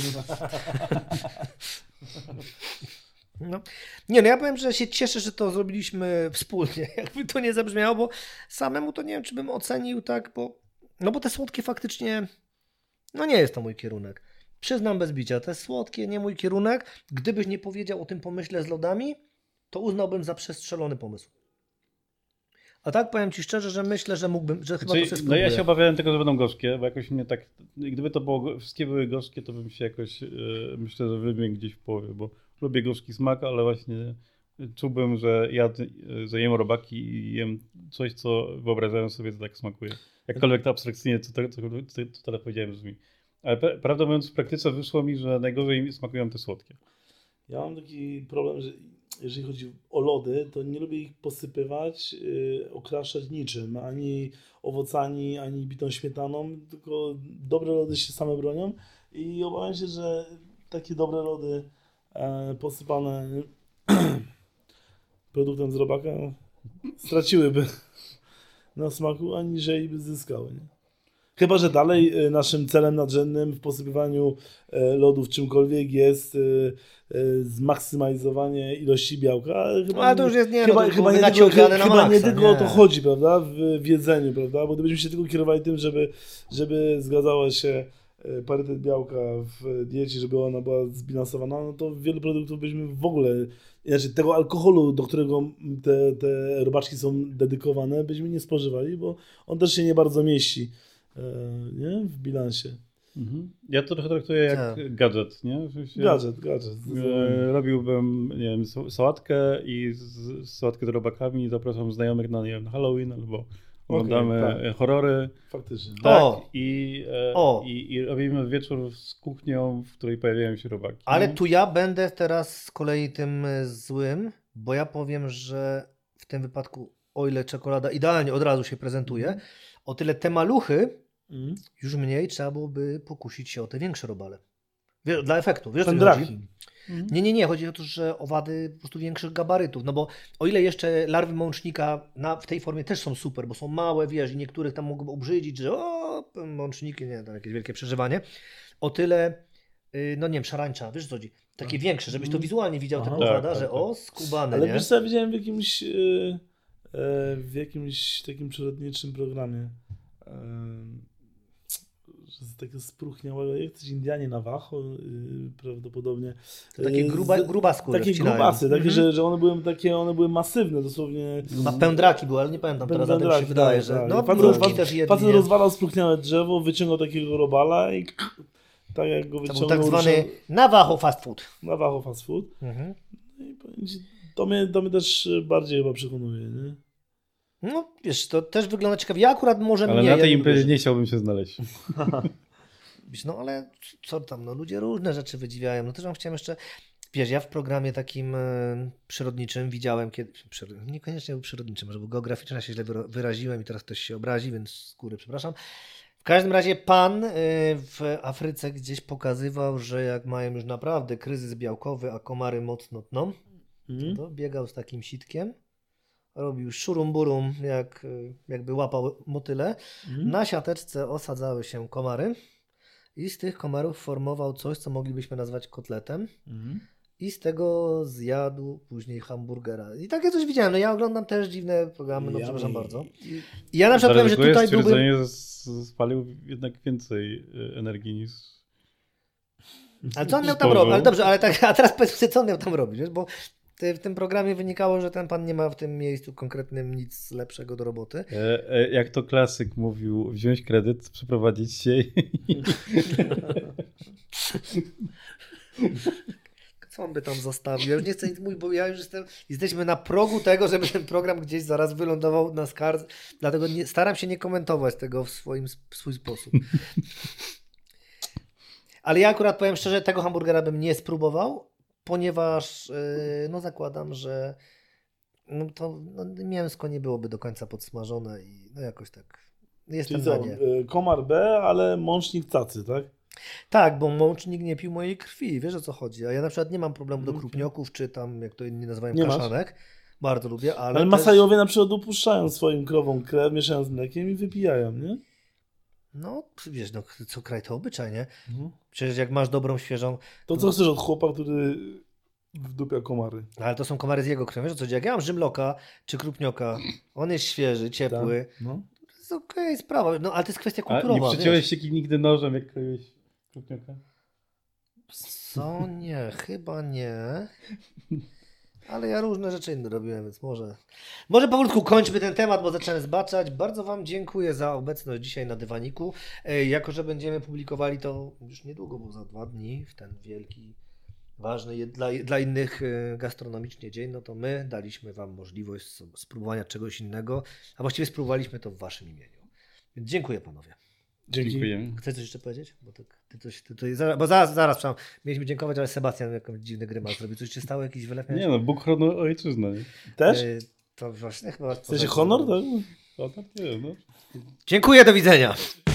no. nie no ja powiem, że się cieszę, że to zrobiliśmy wspólnie. Jakby to nie zabrzmiało, bo samemu to nie wiem, czy bym ocenił tak, bo no bo te słodkie faktycznie no nie jest to mój kierunek. Przyznam bez bicia, te słodkie nie mój kierunek. Gdybyś nie powiedział o tym pomyśle z lodami, to uznałbym za przestrzelony pomysł. A tak powiem ci szczerze, że myślę, że mógłbym, że chyba Czyli, to sobie no spróbuję. ja się obawiałem tego, że będą gorzkie, bo jakoś mnie tak, gdyby to było, wszystkie były gorzkie, to bym się jakoś, e, myślę, że wybiegł gdzieś w połowie, bo lubię gorzki smak, ale właśnie czułbym, że ja że jem robaki i jem coś, co wyobrażałem sobie, co tak smakuje. Jakkolwiek to abstrakcyjnie, co, to, co, co, co teraz powiedziałem brzmi. Ale pra- prawdę mówiąc, w praktyce wyszło mi, że najgorzej smakują te słodkie. Ja mam taki problem, że jeżeli chodzi o lody, to nie lubię ich posypywać, yy, okraszać niczym, ani owocami, ani bitą śmietaną, tylko dobre lody się same bronią i obawiam się, że takie dobre lody e, posypane produktem z robaka straciłyby na smaku, aniżeli by zyskały. Nie? Chyba że dalej naszym celem nadrzędnym w posypywaniu lodów czymkolwiek jest zmaksymalizowanie ilości białka. Ale chyba ale to już jest nie, chyba, no, chyba nie tylko, tylko, na chyba maksa, nie tylko nie. o to chodzi, prawda, w, w jedzeniu, prawda, bo gdybyśmy się tylko kierowali tym, żeby, żeby zgadzała się parytet białka w diecie, żeby ona była zbilansowana, no to wielu produktów byśmy w ogóle, znaczy tego alkoholu, do którego te, te robaczki są dedykowane, byśmy nie spożywali, bo on też się nie bardzo mieści, nie, w bilansie. Mhm. Ja to trochę traktuję jak Tak. gadżet, nie? W sensie, Gadżet, gadżet. e, robiłbym, nie wiem, sa- sałatkę i z, sałatkę z robakami zapraszam znajomych na, nie wiem, na Halloween albo oglądamy tak. horrory. Faktycznie. Tak, O! i, e, O! I, i robimy wieczór z kuchnią, w której pojawiają się robaki. Ale nie? tu ja będę teraz z kolei tym y, złym, bo ja powiem, że w tym wypadku, o ile czekolada idealnie od razu się prezentuje, o tyle te maluchy Mm. już mniej trzeba byłoby pokusić się o te większe robale. Wie, dla efektu, wiesz co mi chodzi? Pędraki. Mhm. Nie, nie, nie, chodzi o to, że owady po prostu większych gabarytów, no bo o ile jeszcze larwy mącznika na, w tej formie też są super, bo są małe, wiesz, i niektórych tam mogą obrzydzić, że o, mączniki, nie, tam jakieś wielkie przeżywanie, o tyle, yy, no nie wiem, szarańcza, wiesz co chodzi, takie większe, żebyś to wizualnie widział Aha. tego owada, Tak, tak, że tak. o, skubany, Ale nie? wiesz co, ja widziałem w jakimś, yy, yy, w jakimś takim przyrodniczym programie, yy, że z takiego spróchniałego, jak coś Indianie Navajo yy, prawdopodobnie. To takie Yy, gruba, z- gruba skóra. Takie wcinają. grubasy, takie, Mhm. że, że one były takie, one były masywne, dosłownie. Chyba pędraki były, ale nie pamiętam teraz, ale mi się Pędraki, wydaje, tak, że tak. no, Facet- mrówki facet- też jedli, Facet nie? rozwalał spróchniałe drzewo, wyciągał takiego robala i tak jak go To był wyciągnął, tak zwany ruszył Navajo fast food. Navajo fast food. Mhm. No i powiem ci, to mnie, to mnie też bardziej chyba przekonuje, nie? No wiesz, to też wygląda ciekawie. Ja akurat może Ale mniej. na tej ja imprezie lubię, nie chciałbym się znaleźć. że- No ale co tam, no ludzie różne rzeczy wydziwiają. No też wam chciałem jeszcze, wiesz, ja w programie takim e, przyrodniczym widziałem kiedy, przyrod... niekoniecznie był przyrodniczym, może był geograficzny, ja się źle wyra- wyraziłem i teraz ktoś się obrazi, więc z góry przepraszam. W każdym razie pan e, w Afryce gdzieś pokazywał, że jak mają już naprawdę kryzys białkowy, a komary mocno tną, Mhm. to biegał z takim sitkiem, robił szurum-burum, jak, jakby łapał motyle. Mhm. Na siateczce osadzały się komary i z tych komarów formował coś, co moglibyśmy nazwać kotletem Mhm. i z tego zjadł później hamburgera. I takie coś widziałem. No ja oglądam też dziwne programy, no Ja przepraszam mi- bardzo. I ja na przykład powiem, że Zaryzykuję tutaj byłbym... stwierdzenie, że s- spalił jednak więcej y, energii niż... Ale co on miał tam Spożył. robić? Ale dobrze, ale tak, a teraz powiedzmy, co on miał tam robić, wiesz? Bo ty- w tym programie wynikało, że ten pan nie ma w tym miejscu konkretnym nic lepszego do roboty. E, e, jak to klasyk mówił, wziąć kredyt, przeprowadzić się i... Co on by tam zostawił? Ja już nie chcę nic mówić, bo ja już jestem, jesteśmy na progu tego, żeby ten program gdzieś zaraz wylądował na skardze, dlatego nie, staram się nie komentować tego w, swoim, w swój sposób. Ale ja akurat powiem szczerze, tego hamburgera bym nie spróbował, ponieważ yy, no zakładam, że no to no, mięsko nie byłoby do końca podsmażone i no jakoś tak jestem Czyli na co, nie. y, komar B, ale mącznik cacy, tak? Tak, bo mącznik nie pił mojej krwi, wiesz o co chodzi. A ja na przykład nie mam problemu do Mhm. krupnioków, czy tam, jak to inni nazywają, Nie masz? kaszanek. Bardzo lubię, ale, Ale też... Masajowie na przykład upuszczają swoim krowom krew, mieszają z mlekiem i wypijają, nie? No, wiesz, no, co kraj to obyczaj, nie? Mhm. Przecież jak masz dobrą, świeżą... To co chcesz od chłopa, który wdupia komary? Ale to są komary z jego krwi, wiesz o co chodzi? Jak ja mam żymloka, czy krupnioka, on jest świeży, ciepły, No. to jest okej sprawa. No, ale to jest kwestia A nie kulturowa, przyciąłeś wiesz. się nigdy nożem, jak kroiłeś krupniaka? Co? Nie, chyba nie. Ale ja różne rzeczy inne robiłem, więc może... Może powolutku kończmy ten temat, bo zacząłem zbaczać. Bardzo Wam dziękuję za obecność dzisiaj na dywaniku. E, jako, że będziemy publikowali to już niedługo, bo za dwa dni, w ten wielki, ważny je- dla, dla innych e, gastronomicznie dzień, no to my daliśmy Wam możliwość s- spróbowania czegoś innego, a właściwie spróbowaliśmy to w Waszym imieniu. Więc dziękuję Panowie. Dzięki. Dziękuję. Chcesz coś jeszcze powiedzieć? Bo, tak, ty coś, ty, ty, zaraz, bo zaraz, zaraz, przepraszam, mieliśmy dziękować, ale Sebastian jakąś dziwny grymas zrobił. Coś się stało? Jakiś wylew miałeś? Nie no, Bóg, honor, ojczyzna. Nie? Też? E, To właśnie chyba... W sensie honor, tak? O, tak nie wiem, no. Dziękuję, do widzenia.